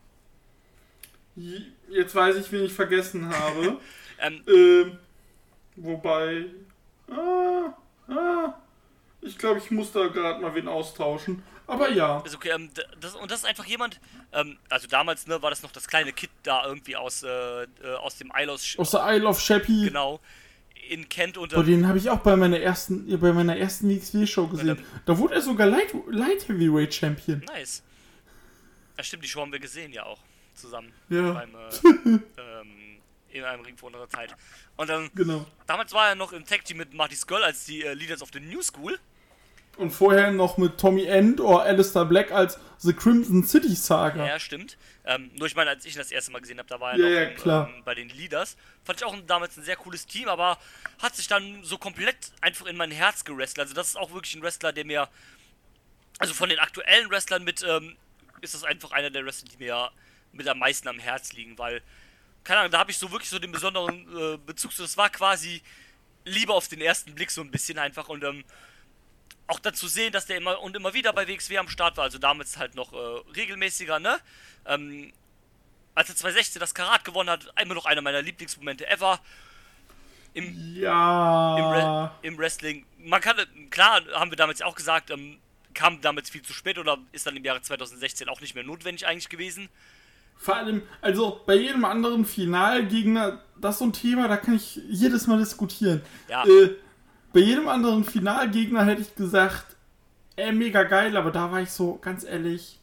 Jetzt weiß ich, wen ich vergessen habe. ähm, ähm, wobei... Ah, ah, ich glaube, ich muss da gerade mal wen austauschen. Aber ja. Also okay, ähm, das, und das ist einfach jemand, ähm, also damals, ne, war das noch das kleine Kid da irgendwie aus, äh, äh, aus dem Isle of... Aus der Isle of Sheppy. Genau. In Kent und... Ähm, den habe ich auch bei meiner ersten, bei meiner ersten W X W-Show gesehen. Ähm, da wurde er sogar Light, Light Heavyweight Champion. Nice. Ja stimmt, die Show haben wir gesehen ja auch. Zusammen. Ja. Beim, äh, ähm, in einem Ring vor unserer Zeit. Und ähm, genau. Damals war er noch im Tag-Team mit Marty Scurll als die äh, Leaders of the New School. Und vorher noch mit Tommy End oder Alistair Black als The Crimson City Saga. Ja, stimmt. Ähm, nur ich meine, als ich ihn das erste Mal gesehen habe, da war er ja, noch ja, im, klar. Ähm, bei den Leaders. Fand ich auch damals ein sehr cooles Team, aber hat sich dann so komplett einfach in mein Herz gerestelt. Also das ist auch wirklich ein Wrestler, der mir... Also von den aktuellen Wrestlern mit... Ähm, ist das einfach einer der Wrestler, die mir mit am meisten am Herz liegen, weil... Keine Ahnung, da habe ich so wirklich so den besonderen äh, Bezug zu... Das war quasi Liebe auf den ersten Blick so ein bisschen einfach und... Ähm, auch dazu sehen, dass der immer und immer wieder bei W X W am Start war, also damals halt noch äh, regelmäßiger, ne? Ähm, als er zwanzig sechzehn das Karat gewonnen hat, immer noch einer meiner Lieblingsmomente ever. Im, ja. Im, Re- im Wrestling. Man kann, klar, haben wir damals auch gesagt, ähm, kam damals viel zu spät oder ist dann im Jahre zwanzig sechzehn auch nicht mehr notwendig eigentlich gewesen. Vor allem, also bei jedem anderen Finalgegner, das ist so ein Thema, da kann ich jedes Mal diskutieren. Ja. Äh, Bei jedem anderen Finalgegner hätte ich gesagt, ey, mega geil, aber da war ich so, ganz ehrlich,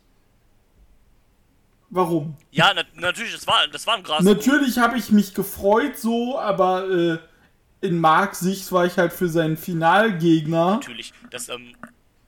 warum? Ja, na- natürlich, das war, das war ein Gras. Natürlich habe ich mich gefreut so, aber äh, in Marks Sicht war ich halt für seinen Finalgegner. Natürlich, das, ähm...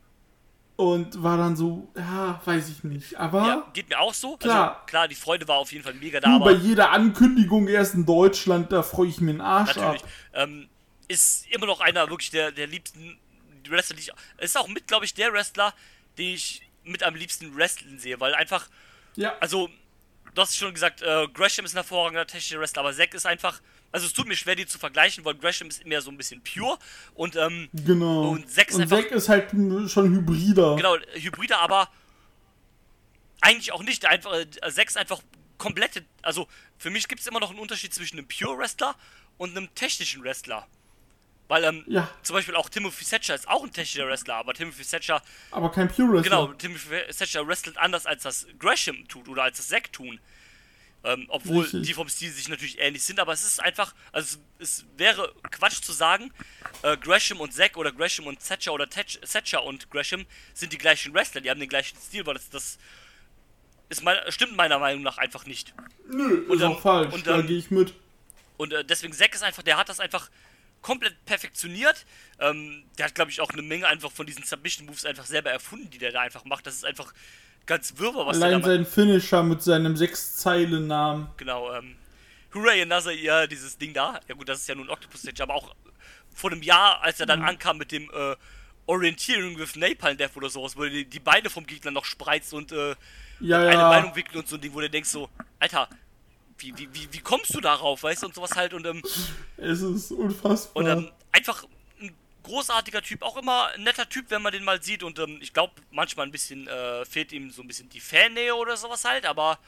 Und war dann so, ja, weiß ich nicht, aber... Ja, geht mir auch so. Klar. Also, klar, die Freude war auf jeden Fall mega da, Du, aber... bei jeder Ankündigung erst in Deutschland, da freue ich mir den Arsch Natürlich. ab. Ähm... ist immer noch einer wirklich der, der liebsten Wrestler, die ich... Ist auch mit, glaube ich, der Wrestler, den ich mit am liebsten wrestlen sehe, weil einfach... Ja. Also, du hast schon gesagt, äh, Gresham ist ein hervorragender technischer Wrestler, aber Zack ist einfach... Also, es tut mir schwer, die zu vergleichen, weil Gresham ist mehr so ein bisschen pure und, ähm... Genau. Und Zack ist und einfach... Zack ist halt schon hybrider. Genau, hybrider, aber... Eigentlich auch nicht. Einfach, äh, Zack ist einfach komplette... Also, für mich gibt es immer noch einen Unterschied zwischen einem Pure Wrestler und einem technischen Wrestler. Weil, ähm, ja. zum Beispiel auch Timothy Thatcher ist auch ein technischer Wrestler, aber Timothy Thatcher... Aber kein Pure Wrestler. Genau, Timothy Thatcher wrestelt anders, als das Gresham tut oder als das Zack tun. Ähm, obwohl Richtig. die vom Stil sich natürlich ähnlich sind, aber es ist einfach... Also es, es wäre Quatsch zu sagen, äh, Gresham und Zack oder Gresham und Thatcher oder Thatch, Thatcher und Gresham sind die gleichen Wrestler, die haben den gleichen Stil, weil das... das ist mein, stimmt meiner Meinung nach einfach nicht. Nö, und, ist ähm, auch falsch, und, da ähm, gehe ich mit. Und äh, deswegen Zack ist einfach, der hat das einfach komplett perfektioniert. Ähm, der hat, glaube ich, auch eine Menge einfach von diesen Submission-Moves einfach selber erfunden, die der da einfach macht. Das ist einfach ganz wirrwarr, was Allein der da sein Finisher mit seinem Sechs-Zeilen-Namen. Genau, ähm, Hooray Another Year, dieses Ding da. Ja gut, das ist ja nur ein Octopus-Stage, aber auch vor einem Jahr, als er dann Mhm. ankam mit dem äh, Orienteering with Napalm Death oder sowas, wo er die, die Beine vom Gegner noch spreizt und äh, Ja, eine ja. Meinung wickelt und so ein Ding, wo du denkst so, Alter, wie, wie, wie, wie kommst du darauf, weißt du, und sowas halt und ähm, Es ist unfassbar. Und ähm, einfach ein großartiger Typ, auch immer ein netter Typ, wenn man den mal sieht. Und ähm, ich glaube, manchmal ein bisschen äh, fehlt ihm so ein bisschen die Fannähe oder sowas halt, aber...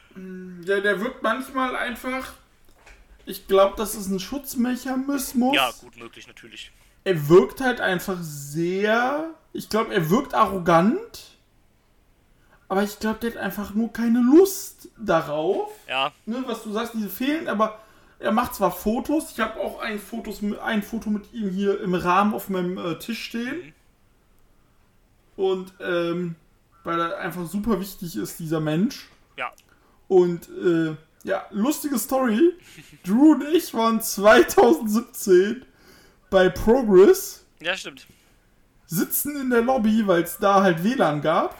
Ja, der wirkt manchmal einfach... Ich glaube, das ist ein Schutzmechanismus. Ja, gut möglich, natürlich. Er wirkt halt einfach sehr... Ich glaube, er wirkt arrogant. Aber ich glaube, der hat einfach nur keine Lust darauf. Ja. Ne, was du sagst, diese fehlen, aber... Er macht zwar Fotos, ich habe auch ein, Fotos, ein Foto mit ihm hier im Rahmen auf meinem äh, Tisch stehen. Mhm. Und, ähm, weil er einfach super wichtig ist, dieser Mensch. Ja. Und, äh, ja, lustige Story. Drew und ich waren zwanzig siebzehn bei Progress. Ja, stimmt. Sitzen in der Lobby, weil es da halt W L A N gab.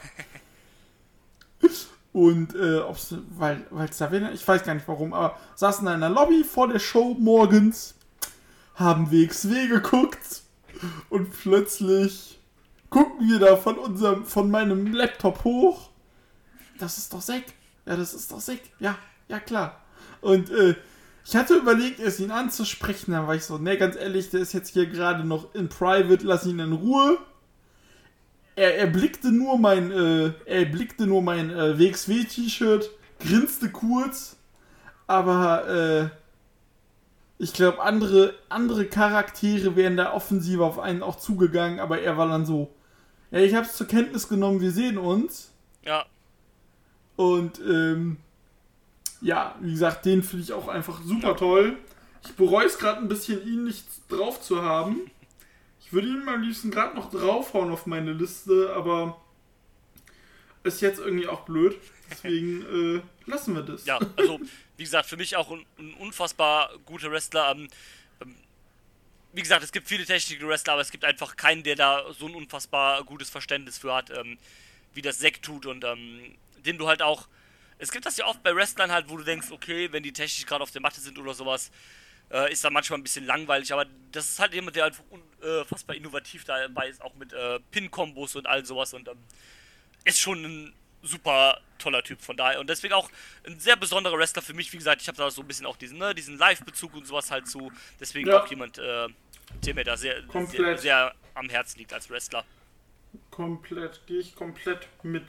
Und, äh, ob's, weil es da W L A N, ich weiß gar nicht warum, aber saßen da in der Lobby vor der Show morgens, haben W X W geguckt und plötzlich gucken wir da von unserem, von meinem Laptop hoch. Das ist doch Zack. Ja, das ist doch Zack. Ja, ja klar. Und, äh, Ich hatte überlegt, es ihn anzusprechen, dann war ich so, ne, ganz ehrlich, der ist jetzt hier gerade noch in Private, lass ihn in Ruhe. Er erblickte nur mein, äh, er erblickte nur mein äh, W X W-T-Shirt, grinste kurz, aber, äh, ich glaube, andere, andere Charaktere wären da offensiver auf einen auch zugegangen, aber er war dann so, ja, ich hab's zur Kenntnis genommen, wir sehen uns. Ja. Und, ähm, ja, wie gesagt, den finde ich auch einfach super toll. Ich bereue es gerade ein bisschen, ihn nicht drauf zu haben. Ich würde ihn am liebsten gerade noch draufhauen auf meine Liste, aber ist jetzt irgendwie auch blöd. Deswegen äh, lassen wir das. Ja, also, wie gesagt, für mich auch ein, ein unfassbar guter Wrestler. Ähm, ähm, wie gesagt, es gibt viele technische Wrestler, aber es gibt einfach keinen, der da so ein unfassbar gutes Verständnis für hat, ähm, wie das Zack tut und ähm, den du halt auch. Es gibt das ja oft bei Wrestlern halt, wo du denkst, okay, wenn die technisch gerade auf der Matte sind oder sowas, äh, ist dann manchmal ein bisschen langweilig, aber das ist halt jemand, der einfach unfassbar innovativ dabei ist, auch mit äh, Pin-Kombos und all sowas und ähm, ist schon ein super toller Typ von daher und deswegen auch ein sehr besonderer Wrestler für mich, wie gesagt, ich habe da so ein bisschen auch diesen, ne, diesen Live-Bezug und sowas halt zu, deswegen ja. auch jemand, äh, der mir da sehr, sehr, Komplett. sehr am Herzen liegt als Wrestler. Komplett, gehe ich komplett mit.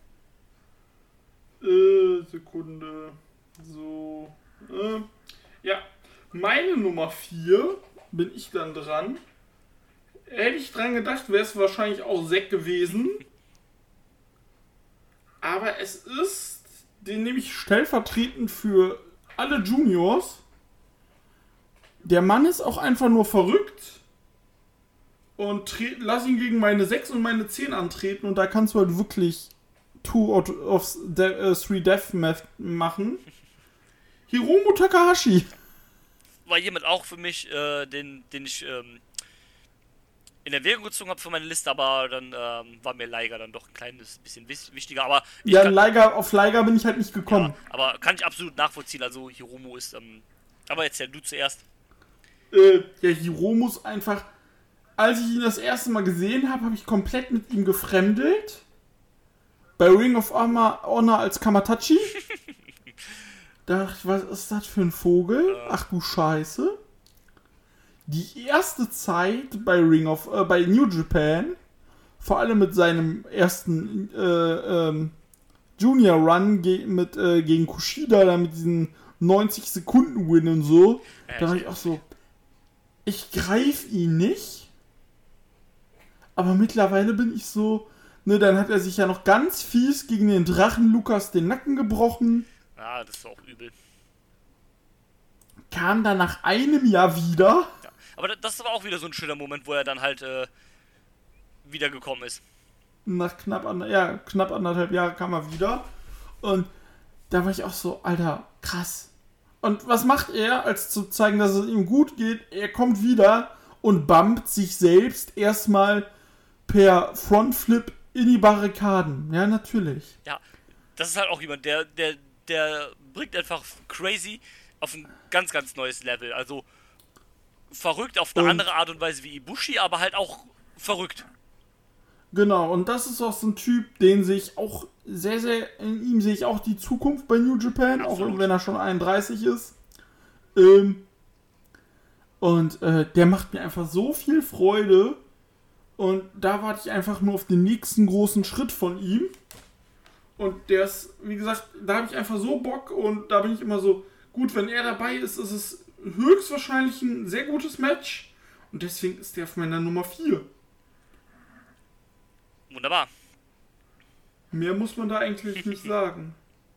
Äh, Sekunde. So. Äh, ja. Meine Nummer vier bin ich dann dran. Hätte ich dran gedacht, wäre es wahrscheinlich auch Zack gewesen. Aber es ist, den nehme ich stellvertretend für alle Juniors. Der Mann ist auch einfach nur verrückt. Und tre- lass ihn gegen meine sechs und meine zehn antreten. Und da kannst du halt wirklich Two out of de- uh, Three Deathmatch machen. Hiromu Takahashi. War jemand auch für mich, äh, den, den ich ähm, in Erwägung gezogen habe für meine Liste, aber dann ähm, war mir Liger dann doch ein kleines bisschen wis- wichtiger. Aber ich Ja, kann, Liger, auf Liger bin ich halt nicht gekommen. ja, aber kann ich absolut nachvollziehen. Also Hiromu ist, ähm, aber jetzt ja du zuerst. Äh, ja, Hiromu ist einfach, als ich ihn das erste Mal gesehen habe, habe ich komplett mit ihm gefremdelt. Bei Ring of Honor, Honor als Kamatachi. Da dachte ich, was ist das für ein Vogel? Ach du Scheiße. Die erste Zeit bei Ring of, äh, bei New Japan, vor allem mit seinem ersten äh, ähm, Junior Run ge- mit, äh, gegen Kushida, da mit diesen neunzig Sekunden Win und so, Ja, da war ich- ich auch so, ich greife ihn nicht. Aber mittlerweile bin ich so, ne, dann hat er sich ja noch ganz fies gegen den Drachen Lukas den Nacken gebrochen. Ja, das war auch übel. Kam dann nach einem Jahr wieder. Ja. Aber da- das war auch wieder so ein schöner Moment, wo er dann halt äh, wiedergekommen ist. Nach knapp, ander, ja, knapp anderthalb Jahren kam er wieder. Und da war ich auch so, Alter, krass. Und was macht er, als zu zeigen, dass es ihm gut geht? Er kommt wieder und bumpt sich selbst erstmal per Frontflip in die Barrikaden. Ja, natürlich. Ja, das ist halt auch jemand, der, der, der bringt einfach crazy auf ein ganz, ganz neues Level. Also verrückt auf eine Und- andere Art und Weise wie Ibushi, aber halt auch verrückt. Genau, und das ist auch so ein Typ, den sich auch sehr, sehr, in ihm sehe ich auch die Zukunft bei New Japan, Absolut. auch wenn er schon einunddreißig ist. Ähm, und äh, der macht mir einfach so viel Freude. Und da warte ich einfach nur auf den nächsten großen Schritt von ihm. Und der ist, wie gesagt, da habe ich einfach so Bock und da bin ich immer so, gut, wenn er dabei ist, ist es höchstwahrscheinlich ein sehr gutes Match. Und deswegen ist der auf meiner Nummer vier. Wunderbar. Mehr muss man da eigentlich nicht sagen.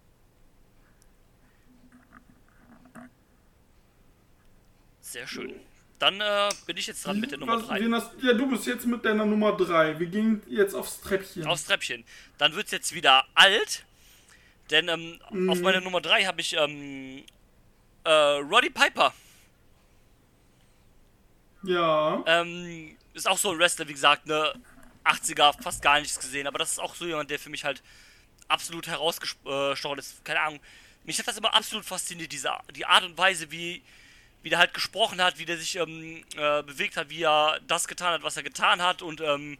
Sehr schön. Dann äh, bin ich jetzt dran mit der Nummer Was- drei. wen hast- ja, du bist jetzt mit deiner Nummer drei. Wir gehen jetzt aufs Treppchen. Aufs Treppchen. Dann wird's jetzt wieder alt. Denn ähm, Mhm. auf meiner Nummer drei habe ich ähm, äh, Roddy Piper. Ja. Ähm, ist auch so ein Wrestler, wie gesagt, ne, achtziger, fast gar nichts gesehen, aber das ist auch so jemand, der für mich halt absolut herausgestochen ist. Keine Ahnung. Mich hat das immer absolut fasziniert, diese, die Art und Weise, wie, wie der halt gesprochen hat, wie der sich ähm, äh, bewegt hat, wie er das getan hat, was er getan hat und ähm,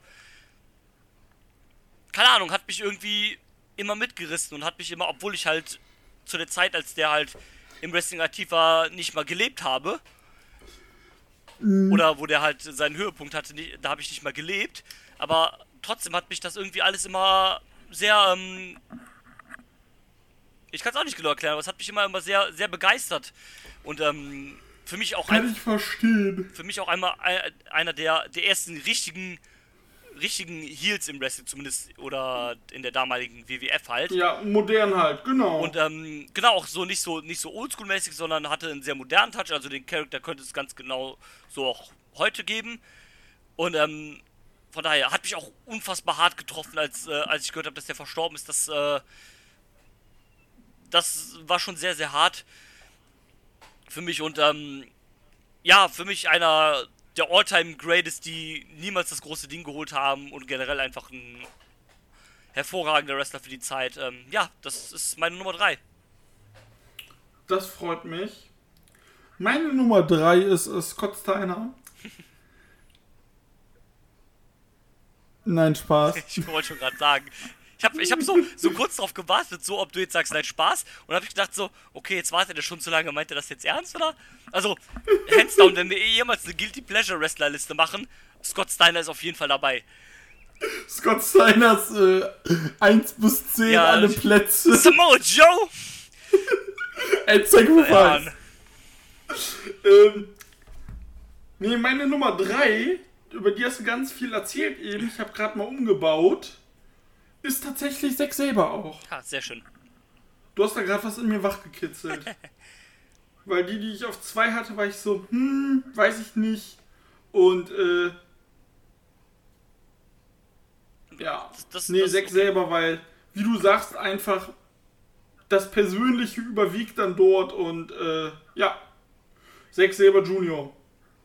keine Ahnung, hat mich irgendwie immer mitgerissen und hat mich immer, obwohl ich halt zu der Zeit, als der halt im Wrestling aktiv war, nicht mal gelebt habe. Mhm. Oder wo der halt seinen Höhepunkt hatte, nicht, da habe ich nicht mal gelebt. Aber trotzdem hat mich das irgendwie alles immer sehr, ähm, ich kann es auch nicht genau erklären, aber es hat mich immer, immer sehr, sehr begeistert. Und ähm, für mich auch kann ein, ich verstehen. Für mich auch einmal einer der, der ersten richtigen richtigen Heels im Wrestling zumindest, oder in der damaligen W W F halt. Ja, modern halt, genau. Und ähm, genau, auch so nicht so nicht so oldschool-mäßig, sondern hatte einen sehr modernen Touch, also den Charakter könnte es ganz genau so auch heute geben. Und ähm, von daher hat mich auch unfassbar hart getroffen, als, äh, als ich gehört habe, dass der verstorben ist. Das, äh, das war schon sehr, sehr hart für mich und ähm, ja, für mich einer der All-Time-Greatest, die niemals das große Ding geholt haben und generell einfach ein hervorragender Wrestler für die Zeit. Ähm, ja, das ist meine Nummer drei. Das freut mich. Meine Nummer drei ist äh, Scott Steiner. Nein, Spaß. Ich wollte schon gerade sagen. Ich habe ich hab so, so kurz drauf gewartet, so ob du jetzt sagst, nein, Spaß. Und habe ich gedacht so, okay, jetzt wartet er schon zu lange, meint er das jetzt ernst, oder? Also, hands down, wenn wir eh jemals eine Guilty Pleasure Wrestler Liste machen, Scott Steiner ist auf jeden Fall dabei. Scott Steiners äh, eins bis zehn ja, alle Plätze. Samoa Joe! Ey, Sacrifice. ähm, nee, meine Nummer drei, über die hast du ganz viel erzählt eben, ich habe gerade mal umgebaut, ist tatsächlich Zack Sabre auch. Ah, sehr schön. Du hast da gerade was in mir wachgekitzelt. Weil die, die ich auf zwei hatte, war ich so, hm, weiß ich nicht. Und, äh, ja, das, das, nee, das, Zack okay. Sabre, weil, wie du sagst, einfach das Persönliche überwiegt dann dort und, äh, ja, Zack Sabre Junior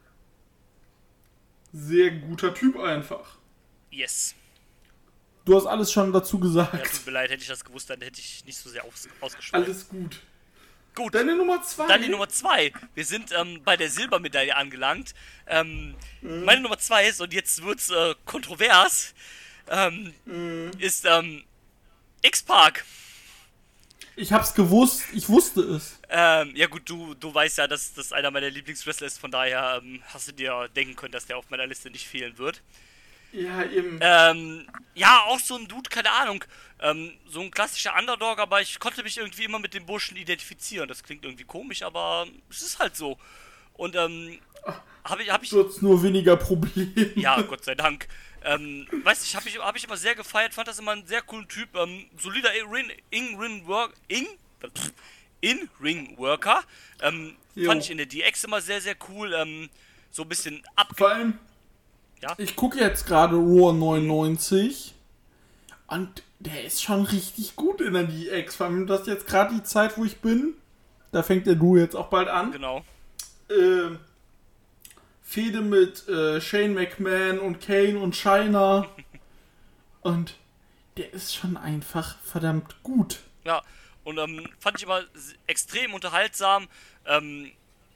Sehr guter Typ einfach. Yes. Du hast alles schon dazu gesagt. Ja, tut mir leid, hätte ich das gewusst, dann hätte ich nicht so sehr aus, ausgesprochen. Alles gut. Gut. Deine Nummer zwei. Dann die Nummer zwei. Wir sind ähm, bei der Silbermedaille angelangt. Ähm, mhm. Meine Nummer zwei ist, und jetzt wird's äh, kontrovers, ähm, mhm. ist ähm, X-Pac. Ich hab's gewusst, ich wusste es. Ähm, ja gut, du, du weißt ja, dass das einer meiner Lieblingswrestler ist, von daher ähm, hast du dir denken können, dass der auf meiner Liste nicht fehlen wird. Ja, eben. Ähm, ja, auch so ein Dude, keine Ahnung, ähm, so ein klassischer Underdog, aber ich konnte mich irgendwie immer mit dem Burschen identifizieren. Das klingt irgendwie komisch, aber es ist halt so. Und, ähm, habe ich, hab ich... Du hast nur weniger Probleme. Ja, Gott sei Dank. Ähm, weißt du, ich habe ich, hab ich immer sehr gefeiert, fand das immer einen sehr coolen Typ, ähm, solider In-Ring-Worker, in, In-Ring-Worker, ähm, fand ich in der D X immer sehr, sehr cool, ähm, so ein bisschen ab... Vor allem, ja? Ich gucke jetzt gerade Raw neunundneunzig und der ist schon richtig gut in der D X, vor allem das ist jetzt gerade die Zeit, wo ich bin, da fängt der Du jetzt auch bald an. Genau. Äh, Fehde mit äh, Shane McMahon und Kane und Chyna und der ist schon einfach verdammt gut. Ja, und ähm, fand ich immer extrem unterhaltsam, ähm,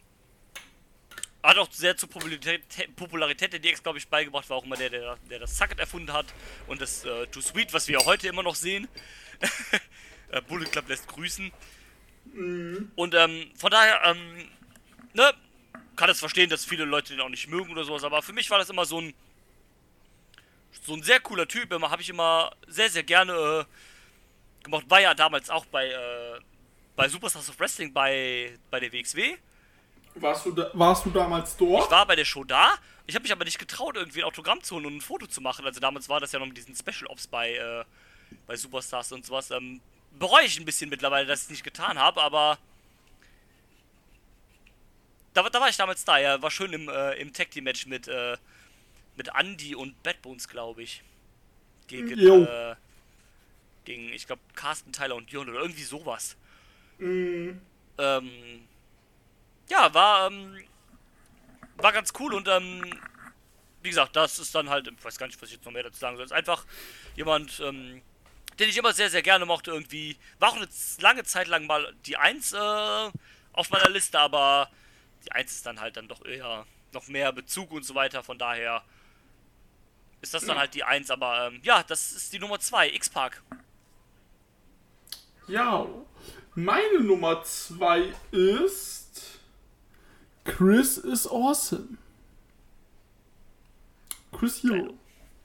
hat auch sehr zur Popularität, Popularität der D X, glaube ich, beigebracht, war auch immer der, der, der das Sucket erfunden hat und das äh, Too Sweet, was wir ja heute immer noch sehen. äh, Bullet Club lässt grüßen. Mhm. Und ähm, von daher, ähm, ne, kann es verstehen, dass viele Leute den auch nicht mögen oder sowas, aber für mich war das immer so ein so ein sehr cooler Typ, immer habe ich immer sehr, sehr gerne äh, gemacht, war ja damals auch bei äh, bei Superstars of Wrestling bei, bei der W X W. Warst du, da, warst du damals dort? Ich war bei der Show da, ich habe mich aber nicht getraut, irgendwie ein Autogramm zu holen und ein Foto zu machen, also damals war das ja noch mit diesen Special Ops bei, äh, bei Superstars und sowas, ähm, bereue ich ein bisschen mittlerweile, dass ich es nicht getan habe, aber Da, da war ich damals da, ja, war schön im, äh, im Tag Team Match mit, äh, mit Andy und Bad Bones, glaube ich. Gegen, äh, gegen, ich glaube, Carsten, Tyler und Jörn oder irgendwie sowas. Mhm. Ähm, ja, war, ähm, war ganz cool und, ähm, wie gesagt, das ist dann halt, ich weiß gar nicht, was ich jetzt noch mehr dazu sagen soll, ist einfach jemand, ähm, den ich immer sehr, sehr gerne mochte irgendwie. War auch eine lange Zeit lang mal die Eins, äh, auf meiner Liste, aber die Eins ist dann halt dann doch eher noch mehr Bezug und so weiter, von daher ist das dann ja. halt die Eins, aber ähm, ja, das ist die Nummer zwei, X-Pac. Ja, Meine Nummer zwei ist Chris is awesome. Chris Hero.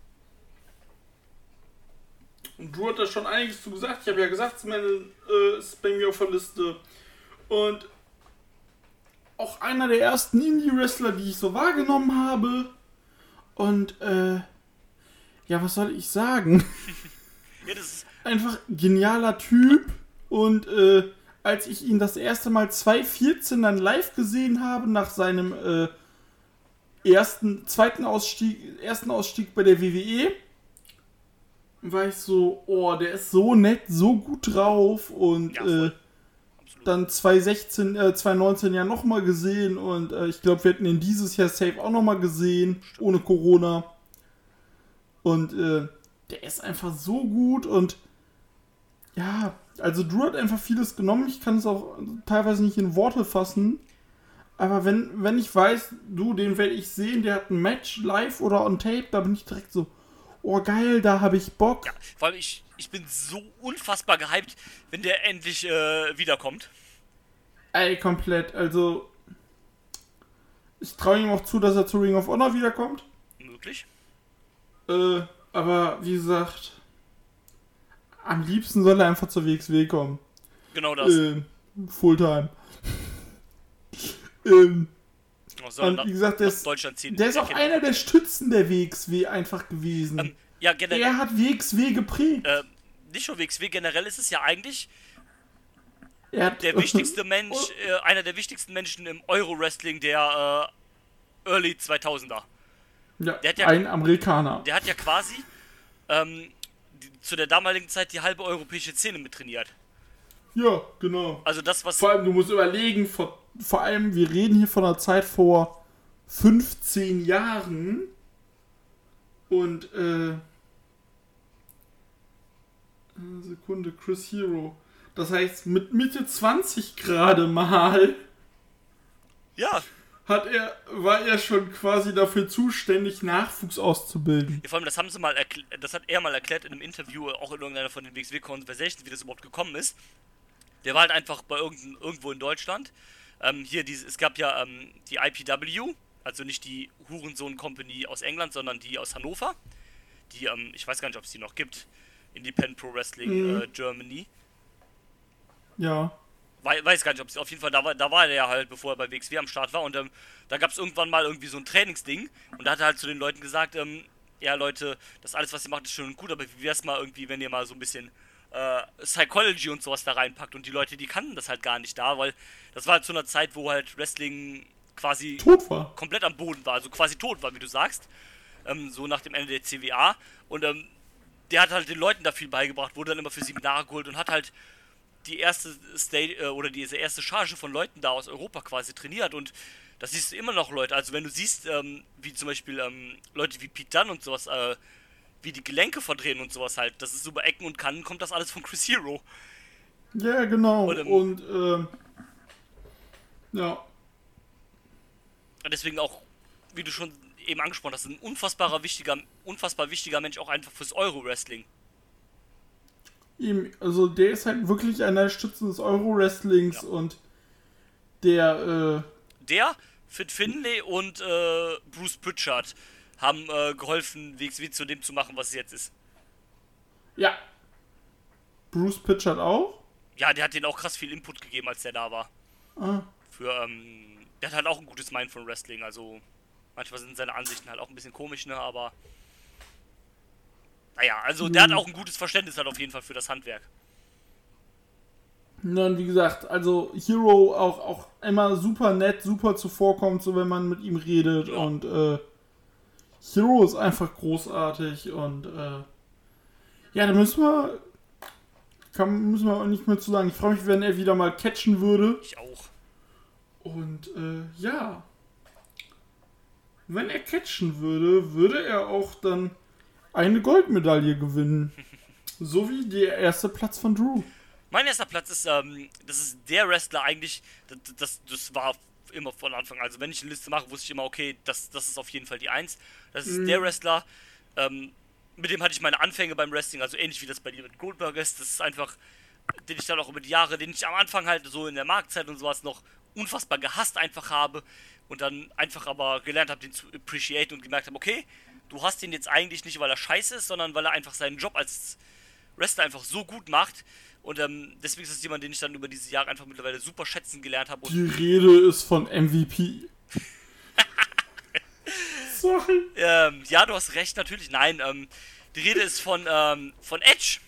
Und du hast da schon einiges zu gesagt. Ich habe ja gesagt, es ist, meine, äh, ist bei mir auf der Liste. Und auch einer der ersten Indie-Wrestler, die ich so wahrgenommen habe. Und, äh, ja, was soll ich sagen? Ja, das ist Einfach genialer Typ. Und, äh, als ich ihn das erste Mal zwanzig vierzehn dann live gesehen habe, nach seinem, äh, ersten, zweiten Ausstieg, ersten Ausstieg bei der W W E, war ich so, oh, der ist so nett, so gut drauf. Und, Ja, äh, voll. Absolut. dann zwanzig sechzehn, äh, zwanzig neunzehn ja nochmal gesehen und äh, ich glaube, wir hätten ihn dieses Jahr safe auch nochmal gesehen, ohne Corona. Und äh, der ist einfach so gut und ja, also Drew hat einfach vieles genommen. Ich kann es auch teilweise nicht in Worte fassen. Aber wenn, wenn ich weiß, du, den werde ich sehen, der hat ein Match live oder on tape, da bin ich direkt so, oh geil, da habe ich Bock. Ja, vor allem ich, ich bin so unfassbar gehypt, wenn der endlich äh, wiederkommt. Ey, komplett. Also, ich traue ihm auch zu, dass er zu Ring of Honor wiederkommt. Möglich. Äh, aber wie gesagt, am liebsten soll er einfach zur W X W kommen. Genau das. Äh, Fulltime. ähm, Oh, soll und nach- wie gesagt, der nach ist, Deutschland ziehen. der ist auch einer der Stützen der W X W einfach gewesen. Ähm, ja, generell. Er hat W X W geprägt. Äh, nicht nur W X W, generell ist es ja eigentlich Er hat, der wichtigste Mensch, äh, einer der wichtigsten Menschen im Euro-Wrestling der äh, Early zweitausender. ja, der hat ja- ein Amerikaner. Der hat ja quasi ähm, die, zu der damaligen Zeit die halbe europäische Szene mit trainiert. Ja, genau. Also das, was... Vor allem, du musst überlegen, vor, vor allem, wir reden hier von einer Zeit vor fünfzehn Jahren. Und, äh... eine Sekunde, Chris Hero. Das heißt, mit Mitte zwanzig gerade mal Ja, hat er, war er schon quasi dafür zuständig, Nachwuchs auszubilden. vor allem, das haben sie mal erkl- das hat er mal erklärt in einem Interview, auch in irgendeiner von den W X W-Conversations, wie das überhaupt gekommen ist. Der war halt einfach bei irgendein, irgendwo in Deutschland. Ähm, hier, diese, es gab ja ähm, die I P W, also nicht die Hurensohn Company aus England, sondern die aus Hannover. Die, ähm, ich weiß gar nicht, ob es die noch gibt. Independent Pro Wrestling Mhm. äh, Germany. Ja. Wei- weiß gar nicht, ob es auf jeden Fall, da war, da war er ja halt, bevor er bei W X W am Start war. Und ähm, da gab es irgendwann mal irgendwie so ein Trainingsding. Und da hat er halt zu den Leuten gesagt, ähm, ja Leute, das alles, was ihr macht, ist schön und gut, aber wie wär's mal irgendwie, wenn ihr mal so ein bisschen äh, Psychology und sowas da reinpackt. Und die Leute, die kannten das halt gar nicht da, weil das war halt zu einer Zeit, wo halt Wrestling quasi Tot war. komplett am Boden war, also quasi tot war, wie du sagst. Ähm, so nach dem Ende der C W A. Und ähm, der hat halt den Leuten da viel beigebracht, wurde dann immer für Seminare geholt und hat halt die erste State, äh, oder diese erste Charge von Leuten da aus Europa quasi trainiert. Und das siehst du immer noch, Leute. Also wenn du siehst, ähm, wie zum Beispiel ähm, Leute wie Pete Dunne und sowas, äh, wie die Gelenke verdrehen und sowas halt, das ist über Ecken und Kanten, kommt das alles von Chris Hero. Ja, genau. Und, ähm, Und, ähm, ja. Und deswegen auch, wie du schon eben angesprochen hast, ein unfassbarer wichtiger, unfassbar wichtiger Mensch auch einfach fürs Euro-Wrestling. Ihm, also der ist halt wirklich einer der Stützen des Euro-Wrestlings Ja. und der, Der, Fit Finlay und äh, Bruce Pritchard haben äh, geholfen, W X W zu dem zu machen, was es jetzt ist. äh, ja. Bruce Pritchard auch? Ja, der hat denen auch krass viel Input gegeben, als der da war. Ah, Für, ähm, der hat halt auch ein gutes Mind von Wrestling, also manchmal sind seine Ansichten halt auch ein bisschen komisch, ne, aber naja, also der hat auch ein gutes Verständnis halt auf jeden Fall für das Handwerk. na, und wie gesagt, also Hero auch, auch immer super nett, super zuvorkommt, so wenn man mit ihm redet Ja. und äh, Hero ist einfach großartig und äh, ja, da müssen wir kann, müssen wir auch nicht mehr zu sagen. Ich freue mich, wenn er wieder mal catchen würde. Ich auch. Und äh, ja, wenn er catchen würde, würde er auch dann eine Goldmedaille gewinnen. So wie der erste Platz von Drew. Mein erster Platz ist, ähm, das ist der Wrestler eigentlich, das, das, das war immer von Anfang an. Also wenn ich eine Liste mache, wusste ich immer, okay, das, das ist auf jeden Fall die Eins. Das ist der Wrestler, ähm, mit dem hatte ich meine Anfänge beim Wrestling, also ähnlich wie das bei dir mit Goldberg ist. Das ist einfach den ich dann auch über die Jahre, den ich am Anfang halt so in der Marktzeit und sowas noch unfassbar gehasst einfach habe und dann einfach aber gelernt habe, den zu appreciate und gemerkt habe, okay, du hast ihn jetzt eigentlich nicht, weil er scheiße ist, sondern weil er einfach seinen Job als Wrestler einfach so gut macht. Und ähm, deswegen ist es jemand, den ich dann über diese Jahre einfach mittlerweile super schätzen gelernt habe. Die Rede ist von M V P. Sorry. Ähm, ja, du hast recht, natürlich. Nein, ähm, die Rede ist von, ähm, von Edge.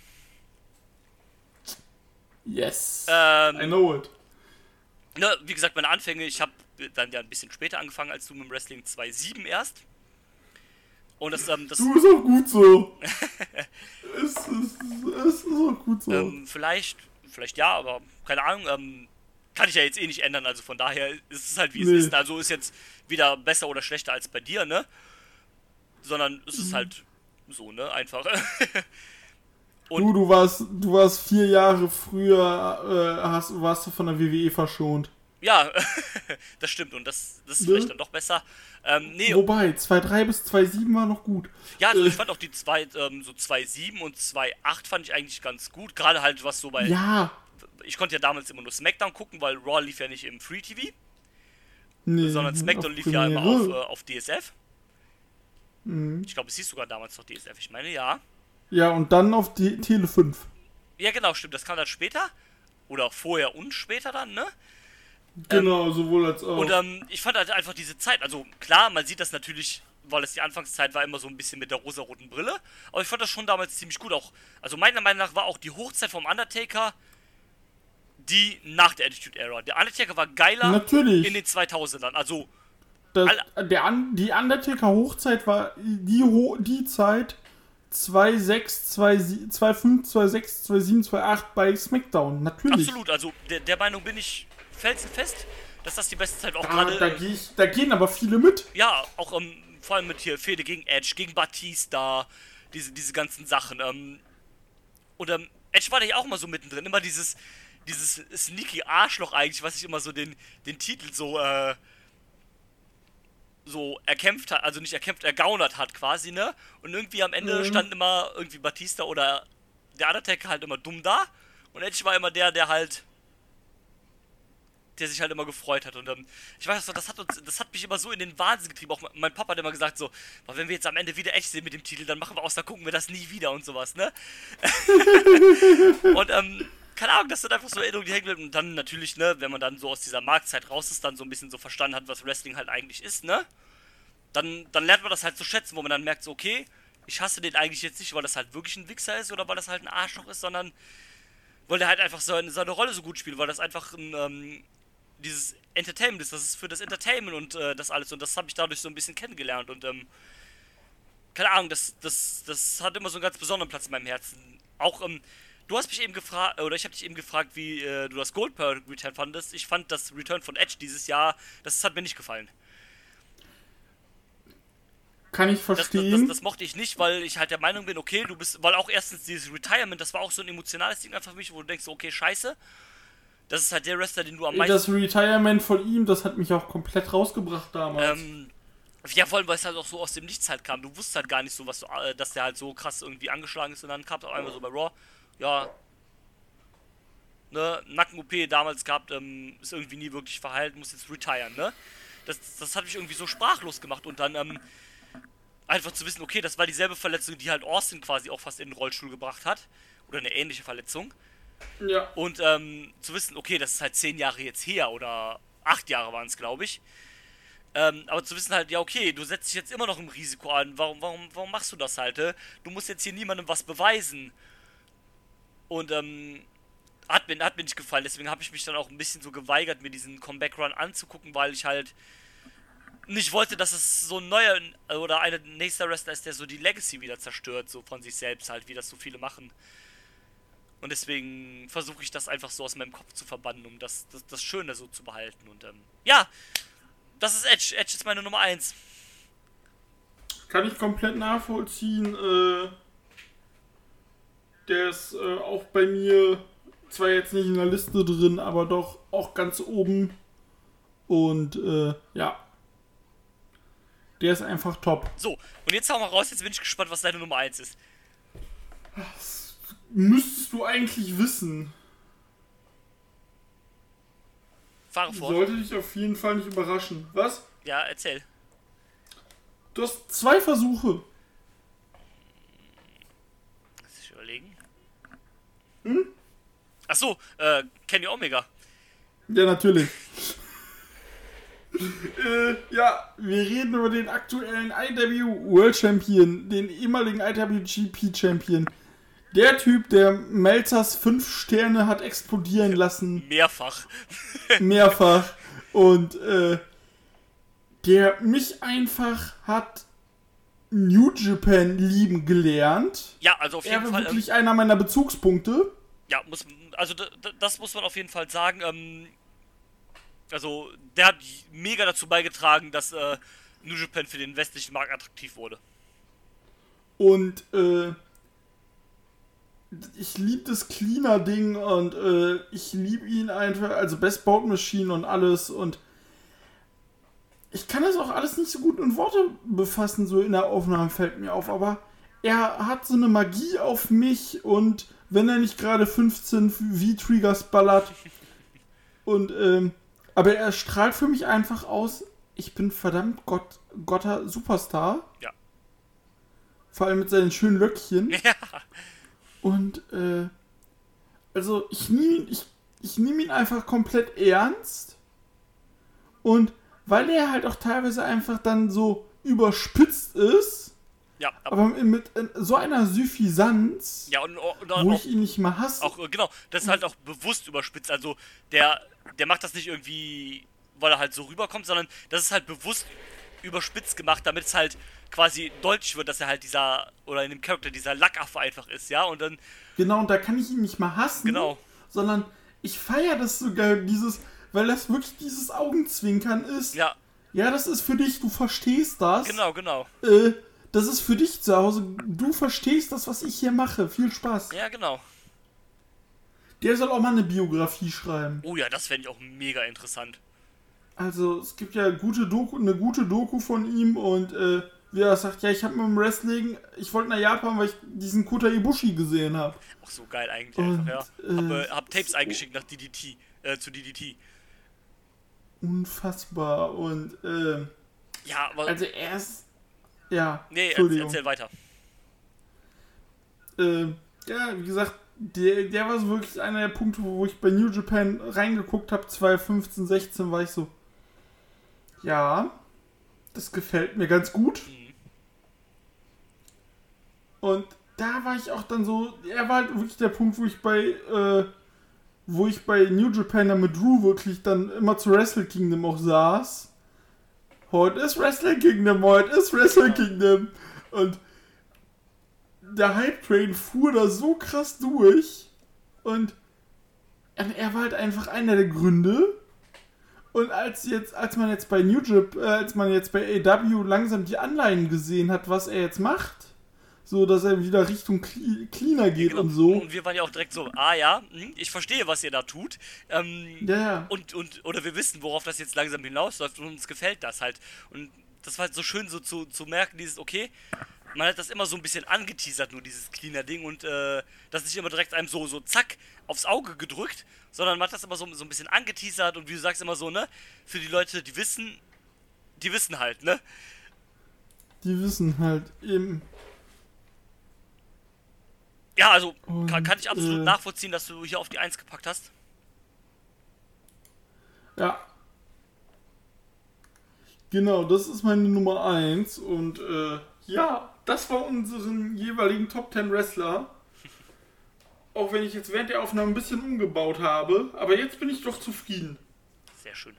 Yes. Ähm, I know it. Ne, wie gesagt, meine Anfänge, ich habe dann ja ein bisschen später angefangen als du mit dem Wrestling zwei Komma sieben erst. Und das, ähm, das... Du, ist auch gut so. es, ist, es ist auch gut so. Ähm, vielleicht, vielleicht ja, aber keine Ahnung, ähm, kann ich ja jetzt eh nicht ändern, also von daher ist es halt wie Nee. es ist. Also ist jetzt weder besser oder schlechter als bei dir, ne? Sondern es ist halt so, ne? Einfach. Und du, du warst, du warst vier Jahre früher, äh, hast, warst du von der W W E verschont. ja, das stimmt und das, das ist Ne? vielleicht dann doch besser. Ähm, nee, Wobei, zwei Komma drei bis zwei Komma sieben war noch gut. ja, also äh, ich fand auch die zwei, ähm, so zwei Komma sieben und zwei Komma acht fand ich eigentlich ganz gut. Gerade halt was so bei... Ja. Ich konnte ja damals immer nur SmackDown gucken, weil Raw lief ja nicht im Free T V, Nee, sondern SmackDown auf lief ja immer auf, Premiere. äh, auf D S F. Mhm. Ich glaube, es hieß sogar damals noch D S F, ich meine, ja. Ja, und dann auf die Tele fünf. Ja, genau, stimmt, das kam dann später. Oder vorher und später dann, ne? Genau, sowohl als auch. Und ähm, ich fand halt einfach diese Zeit, also klar, man sieht das natürlich, weil es die Anfangszeit war, immer so ein bisschen mit der rosaroten Brille. Aber ich fand das schon damals ziemlich gut. Auch, also meiner Meinung nach war auch die Hochzeit vom Undertaker die nach der Attitude Era. Der Undertaker war geiler Natürlich. in den zweitausendern. Also, das, alle- der, An- die Undertaker-Hochzeit war die, Ho die Zeit zwei Komma sechs, zwei Komma fünf, zwei Komma sechs, zwei Komma sieben, zwei Komma acht bei SmackDown. Natürlich. absolut. Also, der, der Meinung bin ich felsenfest, dass das die beste Zeit auch Da, gerade... da, geh ich, da gehen aber viele mit. Ja, auch ähm, vor allem mit hier Fehde gegen Edge, gegen Batista, diese, diese ganzen Sachen. Ähm, und ähm, Edge war da ja auch immer so mittendrin, immer dieses, dieses sneaky Arschloch eigentlich, was sich immer so den, den Titel so, äh, so erkämpft hat, also nicht erkämpft, ergaunert hat quasi, ne? Und irgendwie am Ende Mhm. stand immer irgendwie Batista oder der Undertaker halt immer dumm da. Und Edge war immer der, der halt der sich halt immer gefreut hat. Und ähm, ich weiß noch, das hat uns, das hat mich immer so in den Wahnsinn getrieben. Auch mein Papa hat immer gesagt so, "Boah, wenn wir jetzt am Ende wieder echt sehen mit dem Titel, dann machen wir aus, dann gucken wir das nie wieder und sowas, ne?" Und ähm, keine Ahnung, das sind einfach so Erinnerungen, die hängen bleiben. Und dann natürlich, ne, wenn man dann so aus dieser Marktzeit raus ist, dann so ein bisschen so verstanden hat, was Wrestling halt eigentlich ist, ne? Dann, dann lernt man das halt zu schätzen, wo man dann merkt so, okay, ich hasse den eigentlich jetzt nicht, weil das halt wirklich ein Wichser ist oder weil das halt ein Arschloch ist, sondern weil der halt einfach seine, seine Rolle so gut spielt, weil das einfach ein, ähm, dieses Entertainment ist, das ist für das Entertainment und äh, das alles und das habe ich dadurch so ein bisschen kennengelernt und ähm, keine Ahnung, das, das, das hat immer so einen ganz besonderen Platz in meinem Herzen. Auch, ähm, du hast mich eben gefragt, oder ich habe dich eben gefragt, wie äh, du das Goldberg Return fandest. Ich fand das Return von Edge dieses Jahr, das hat mir nicht gefallen. Kann ich Das, das, verstehen. das, das mochte ich nicht, weil ich halt der Meinung bin, okay, du bist, weil auch erstens dieses Retirement, das war auch so ein emotionales Ding einfach für mich, wo du denkst, okay, scheiße, das ist halt der Wrestler, den du am meisten... Das Retirement von ihm, das hat mich auch komplett rausgebracht damals. Ähm, ja, vor allem, weil es halt auch so aus dem Nichts halt kam. Du wusstest halt gar nicht so, was du, äh, dass der halt so krass irgendwie angeschlagen ist und dann kam es auf einmal so bei Raw, ja, ne, Nacken-O P damals gehabt, ähm, ist irgendwie nie wirklich verheilt, muss jetzt retiren, ne? Das, das hat mich irgendwie so sprachlos gemacht und dann, ähm, einfach zu wissen, okay, das war dieselbe Verletzung, die halt Austin quasi auch fast in den Rollstuhl gebracht hat. Oder eine ähnliche Verletzung. Ja. Und ähm, zu wissen, okay, das ist halt zehn Jahre jetzt her oder acht Jahre waren es, glaube ich. Ähm, aber zu wissen halt, ja okay, du setzt dich jetzt immer noch im Risiko an. Warum, warum, warum machst du das halt? äh? Du musst jetzt hier niemandem was beweisen. Und ähm, hat mir, hat mir nicht gefallen. Deswegen habe ich mich dann auch ein bisschen so geweigert, mir diesen Comeback-Run anzugucken, weil ich halt nicht wollte, dass es so ein neuer oder ein nächster Wrestler ist, der so die Legacy wieder zerstört, so von sich selbst halt, wie das so viele machen. Und deswegen versuche ich das einfach so aus meinem Kopf zu verbannen, um das, das, das Schöne so zu behalten. Und ähm, ja, das ist Edge. Edge ist meine Nummer eins. Kann ich komplett nachvollziehen. Äh, der ist äh, auch bei mir zwar jetzt nicht in der Liste drin, aber doch auch ganz oben. Und äh, ja. Der ist einfach top. So, und jetzt hau mal raus, jetzt bin ich gespannt, was deine Nummer eins ist. Müsstest du eigentlich wissen. Fahre vor. Sollte dich auf jeden Fall nicht überraschen. Was? Ja, erzähl. Du hast zwei Versuche. Lass ich überlegen. Hm? Achso, äh, Kenny Omega. Ja, natürlich. äh, ja, wir reden über den aktuellen I W World Champion, den ehemaligen I W G P Champion. Der Typ, der Melzers fünf Sterne hat explodieren lassen. Mehrfach. Mehrfach. Und, äh, der mich einfach hat New Japan lieben gelernt. Ja, also auf jeden er war Fall. wirklich Ähm, einer meiner Bezugspunkte. ja, muss, also d- d- das muss man auf jeden Fall sagen. Ähm, also der hat mega dazu beigetragen, dass äh, New Japan für den westlichen Markt attraktiv wurde. Und äh, ich liebe das Cleaner-Ding und äh, ich liebe ihn einfach, also Best Bout Machine und alles, und ich kann das auch alles nicht so gut in Worte befassen, so in der Aufnahme fällt mir auf, aber er hat so eine Magie auf mich, und wenn er nicht gerade fünfzehn V-Triggers ballert und ähm, aber er strahlt für mich einfach aus, ich bin verdammt Gott, Gotter Superstar. Ja. Vor allem mit seinen schönen Löckchen. Ja. Und, äh, also ich nehme ihn, ich, ich nehm ihn einfach komplett ernst. Und weil er halt auch teilweise einfach dann so überspitzt ist, Ja, aber mit äh, so einer Suffisanz, ja und, und, und wo auch, ich ihn nicht mal hasse. auch, äh, genau, das ist halt auch bewusst überspitzt. Also der, der macht das nicht irgendwie, weil er halt so rüberkommt, sondern das ist halt bewusst überspitzt gemacht, damit es halt quasi deutlich wird, dass er halt dieser, oder in dem Charakter dieser Lackaffe einfach ist, ja, und dann, Genau, und da kann ich ihn nicht mal hassen, Genau. sondern ich feiere das sogar, dieses, weil das wirklich dieses Augenzwinkern ist. ja, Ja, das ist für dich, du verstehst das. genau, genau, Äh, das ist für dich zu Hause, du verstehst das, was ich hier mache. Viel Spaß. ja, genau. Der soll auch mal eine Biografie schreiben. Oh ja, das fände ich auch mega interessant. Also, es gibt ja gute Doku, eine gute Doku von ihm, und äh, wie er sagt, ja, ich habe mit dem Wrestling, ich wollte nach Japan, weil ich diesen Kota Ibushi gesehen habe. Auch so geil eigentlich Und, einfach, ja. äh, Hab, äh, hab Tapes so- eingeschickt nach D D T, äh, zu D D T. Unfassbar. Und, äh, Ja, aber, also er ist, ja, nee, erzähl, Entschuldigung. erzähl weiter. Äh, ja, wie gesagt, der, der war so wirklich einer der Punkte, wo ich bei New Japan reingeguckt habe, zwanzig fünfzehn, sechzehn, war ich so, ja, das gefällt mir ganz gut. Mhm. Und da war ich auch dann so, er war halt wirklich der Punkt, wo ich bei, äh, wo ich bei New Japan dann mit Drew wirklich dann immer zu Wrestle Kingdom auch saß. Heute ist Wrestle Kingdom, heute ist Wrestle Kingdom. Und der Hype Train fuhr da so krass durch. Und er war halt einfach einer der Gründe. Und als jetzt, als man jetzt bei New Japan, äh, als man jetzt bei A E W langsam die Anleihen gesehen hat, was er jetzt macht, so dass er wieder Richtung Cle- Cleaner geht Genau. und so. Und wir waren ja auch direkt so, ah ja, hm, ich verstehe, was ihr da tut. Ähm, Ja, ja. und, und, oder wir wissen, worauf das jetzt langsam hinausläuft, und uns gefällt das halt. Und das war halt so schön so zu, zu merken, dieses, okay, man hat das immer so ein bisschen angeteasert, nur dieses Cleaner-Ding, und äh, das nicht immer direkt einem so, so zack, aufs Auge gedrückt, sondern man hat das immer so, so ein bisschen angeteasert, und wie du sagst immer so, ne, für die Leute, die wissen, die wissen halt, ne. Die wissen halt eben. Ja, also Und, kann, kann ich absolut äh, nachvollziehen, dass du hier auf die Eins gepackt hast. Ja. Genau, das ist meine Nummer eins. Und äh, ja, das war unseren jeweiligen Top zehn Wrestler. Auch wenn ich jetzt während der Aufnahme ein bisschen umgebaut habe. Aber jetzt bin ich doch zufrieden. Sehr schön.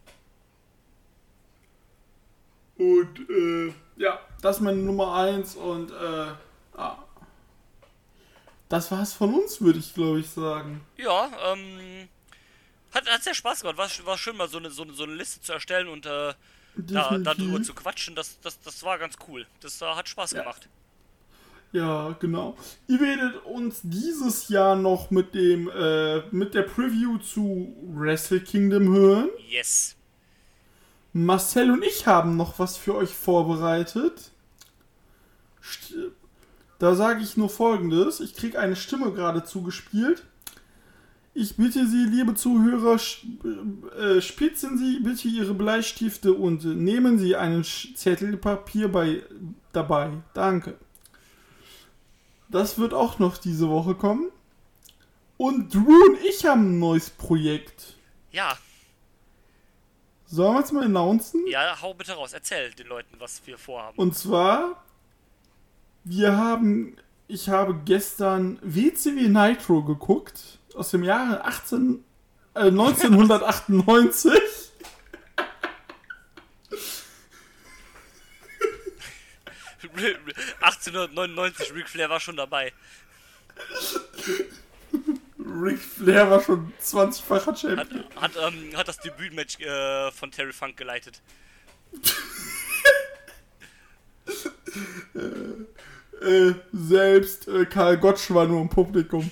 Und äh, ja, das ist meine Nummer eins. Und äh, ah. Das war's von uns, würde ich glaube ich sagen. Ja, ähm, hat, hat sehr Spaß gemacht. War, war schön, mal so eine, so, eine, so eine Liste zu erstellen und äh, da, darüber zu quatschen. Das, das, das war ganz cool. Das äh, hat Spaß Ja. gemacht. Ja, genau. Ihr werdet uns dieses Jahr noch mit dem äh, mit der Preview zu Wrestle Kingdom hören. Yes. Marcel und ich haben noch was für euch vorbereitet. St- Da sage ich nur Folgendes. Ich kriege eine Stimme gerade zugespielt. Ich bitte Sie, liebe Zuhörer, äh, spitzen Sie bitte Ihre Bleistifte und äh, nehmen Sie einen Zettel Papier bei, dabei. Danke. Das wird auch noch diese Woche kommen. Und Drew und ich haben ein neues Projekt. Ja. Sollen wir es mal announcen? Ja, hau bitte raus. Erzähl den Leuten, was wir vorhaben. Und zwar, wir haben, ich habe gestern W C W Nitro geguckt. Aus dem Jahre achtzehn, äh, neunzehnhundertachtundneunzig. achtzehnhundertneunundneunzig, Ric Flair war schon dabei. Ric Flair war schon zwanzigfacher Champion. Hat, hat, ähm, hat das Debütmatch äh, von Terry Funk geleitet. äh, äh, selbst äh, Karl Gottsch war nur im Publikum.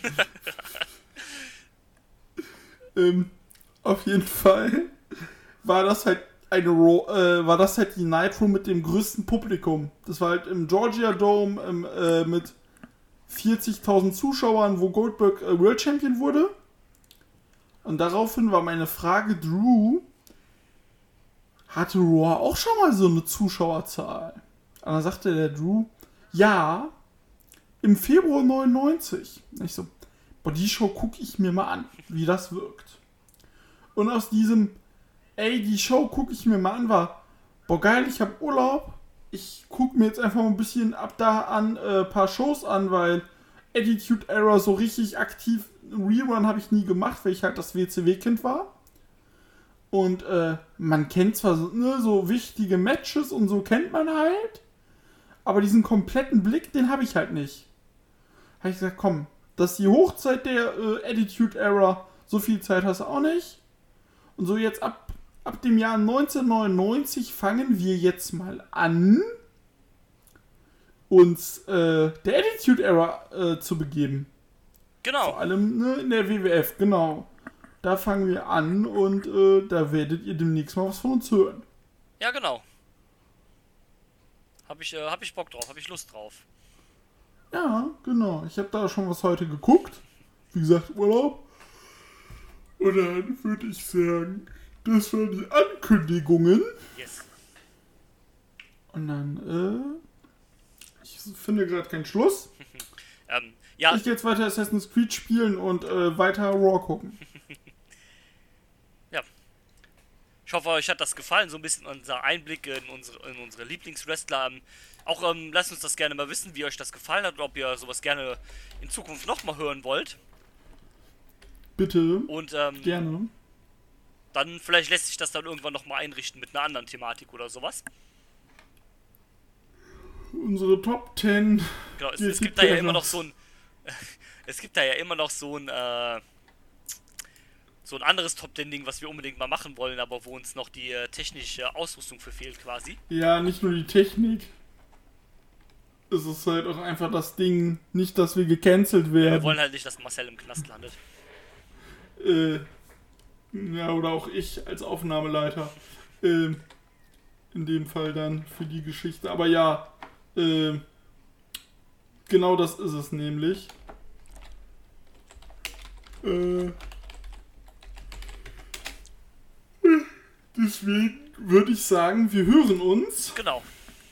ähm, auf jeden Fall war das halt eine Ro- äh, war das halt die Nitro mit dem größten Publikum. Das war halt im Georgia Dome im, äh, mit vierzigtausend Zuschauern, wo Goldberg äh, World Champion wurde. Und daraufhin war meine Frage, Drew, hatte Raw auch schon mal so eine Zuschauerzahl? Und dann sagte der Drew, ja, im Februar neunundneunzig. Und ich so, boah, die Show gucke ich mir mal an, wie das wirkt. Und aus diesem, ey, die Show gucke ich mir mal an, war, boah geil, ich habe Urlaub, ich gucke mir jetzt einfach mal ein bisschen ab da an, äh, paar Shows an, weil Attitude Era so richtig aktiv, Rerun habe ich nie gemacht, weil ich halt das W C W-Kind war. Und äh, man kennt zwar so, ne, so wichtige Matches und so kennt man halt, aber diesen kompletten Blick, den habe ich halt nicht. Habe ich gesagt, komm, das ist die Hochzeit der äh, Attitude Era, so viel Zeit hast du auch nicht. Und so jetzt ab Ab dem Jahr neunzehnhundertneunundneunzig fangen wir jetzt mal an, uns äh, der Attitude Era äh, zu begeben. Genau. Vor allem ne, in der W W F, genau. Da fangen wir an und äh, da werdet ihr demnächst mal was von uns hören. Ja, genau. Hab ich, äh, hab ich Bock drauf, hab ich Lust drauf. Ja, genau. Ich habe da schon was heute geguckt. Wie gesagt, Urlaub. Und dann würde ich sagen, das waren die Ankündigungen. Yes. Und dann, äh, ich finde gerade keinen Schluss. ähm, ja. Ich gehe jetzt weiter Assassin's Creed spielen und äh, weiter Raw gucken. Ja. Ich hoffe, euch hat das gefallen, so ein bisschen unser Einblick in unsere, in unsere Lieblingswrestler. Auch ähm, lasst uns das gerne mal wissen, wie euch das gefallen hat, oder ob ihr sowas gerne in Zukunft nochmal hören wollt. Bitte. Und ähm, gerne. Dann vielleicht lässt sich das dann irgendwann nochmal einrichten mit einer anderen Thematik oder sowas. Unsere Top zehn. Genau, es, es gibt da ja immer noch so ein... es gibt da ja immer noch so ein... Äh, so ein anderes Top zehn Ding, was wir unbedingt mal machen wollen, aber wo uns noch die äh, technische Ausrüstung für fehlt quasi. Ja, nicht nur die Technik. Es ist halt auch einfach das Ding, nicht, dass wir gecancelt werden. Wir wollen halt nicht, dass Marcel im Knast landet. Äh... Ja, oder auch ich als Aufnahmeleiter. Äh, in dem Fall dann für die Geschichte. Aber ja, äh, genau das ist es nämlich. Äh, deswegen würde ich sagen, wir hören uns. Genau.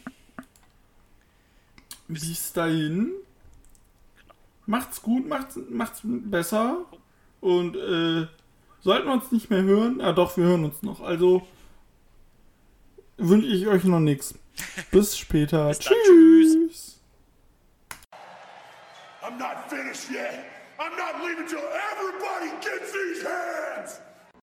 Bis dahin. Genau. Macht's gut, macht's, macht's besser. Und, äh, sollten wir uns nicht mehr hören? Ah doch, wir hören uns noch. Also wünsche ich euch noch nichts. Bis später. Bis dann, Tschüss. tschüss. I'm not finished yet. I'm not leaving till everybody gets these hands.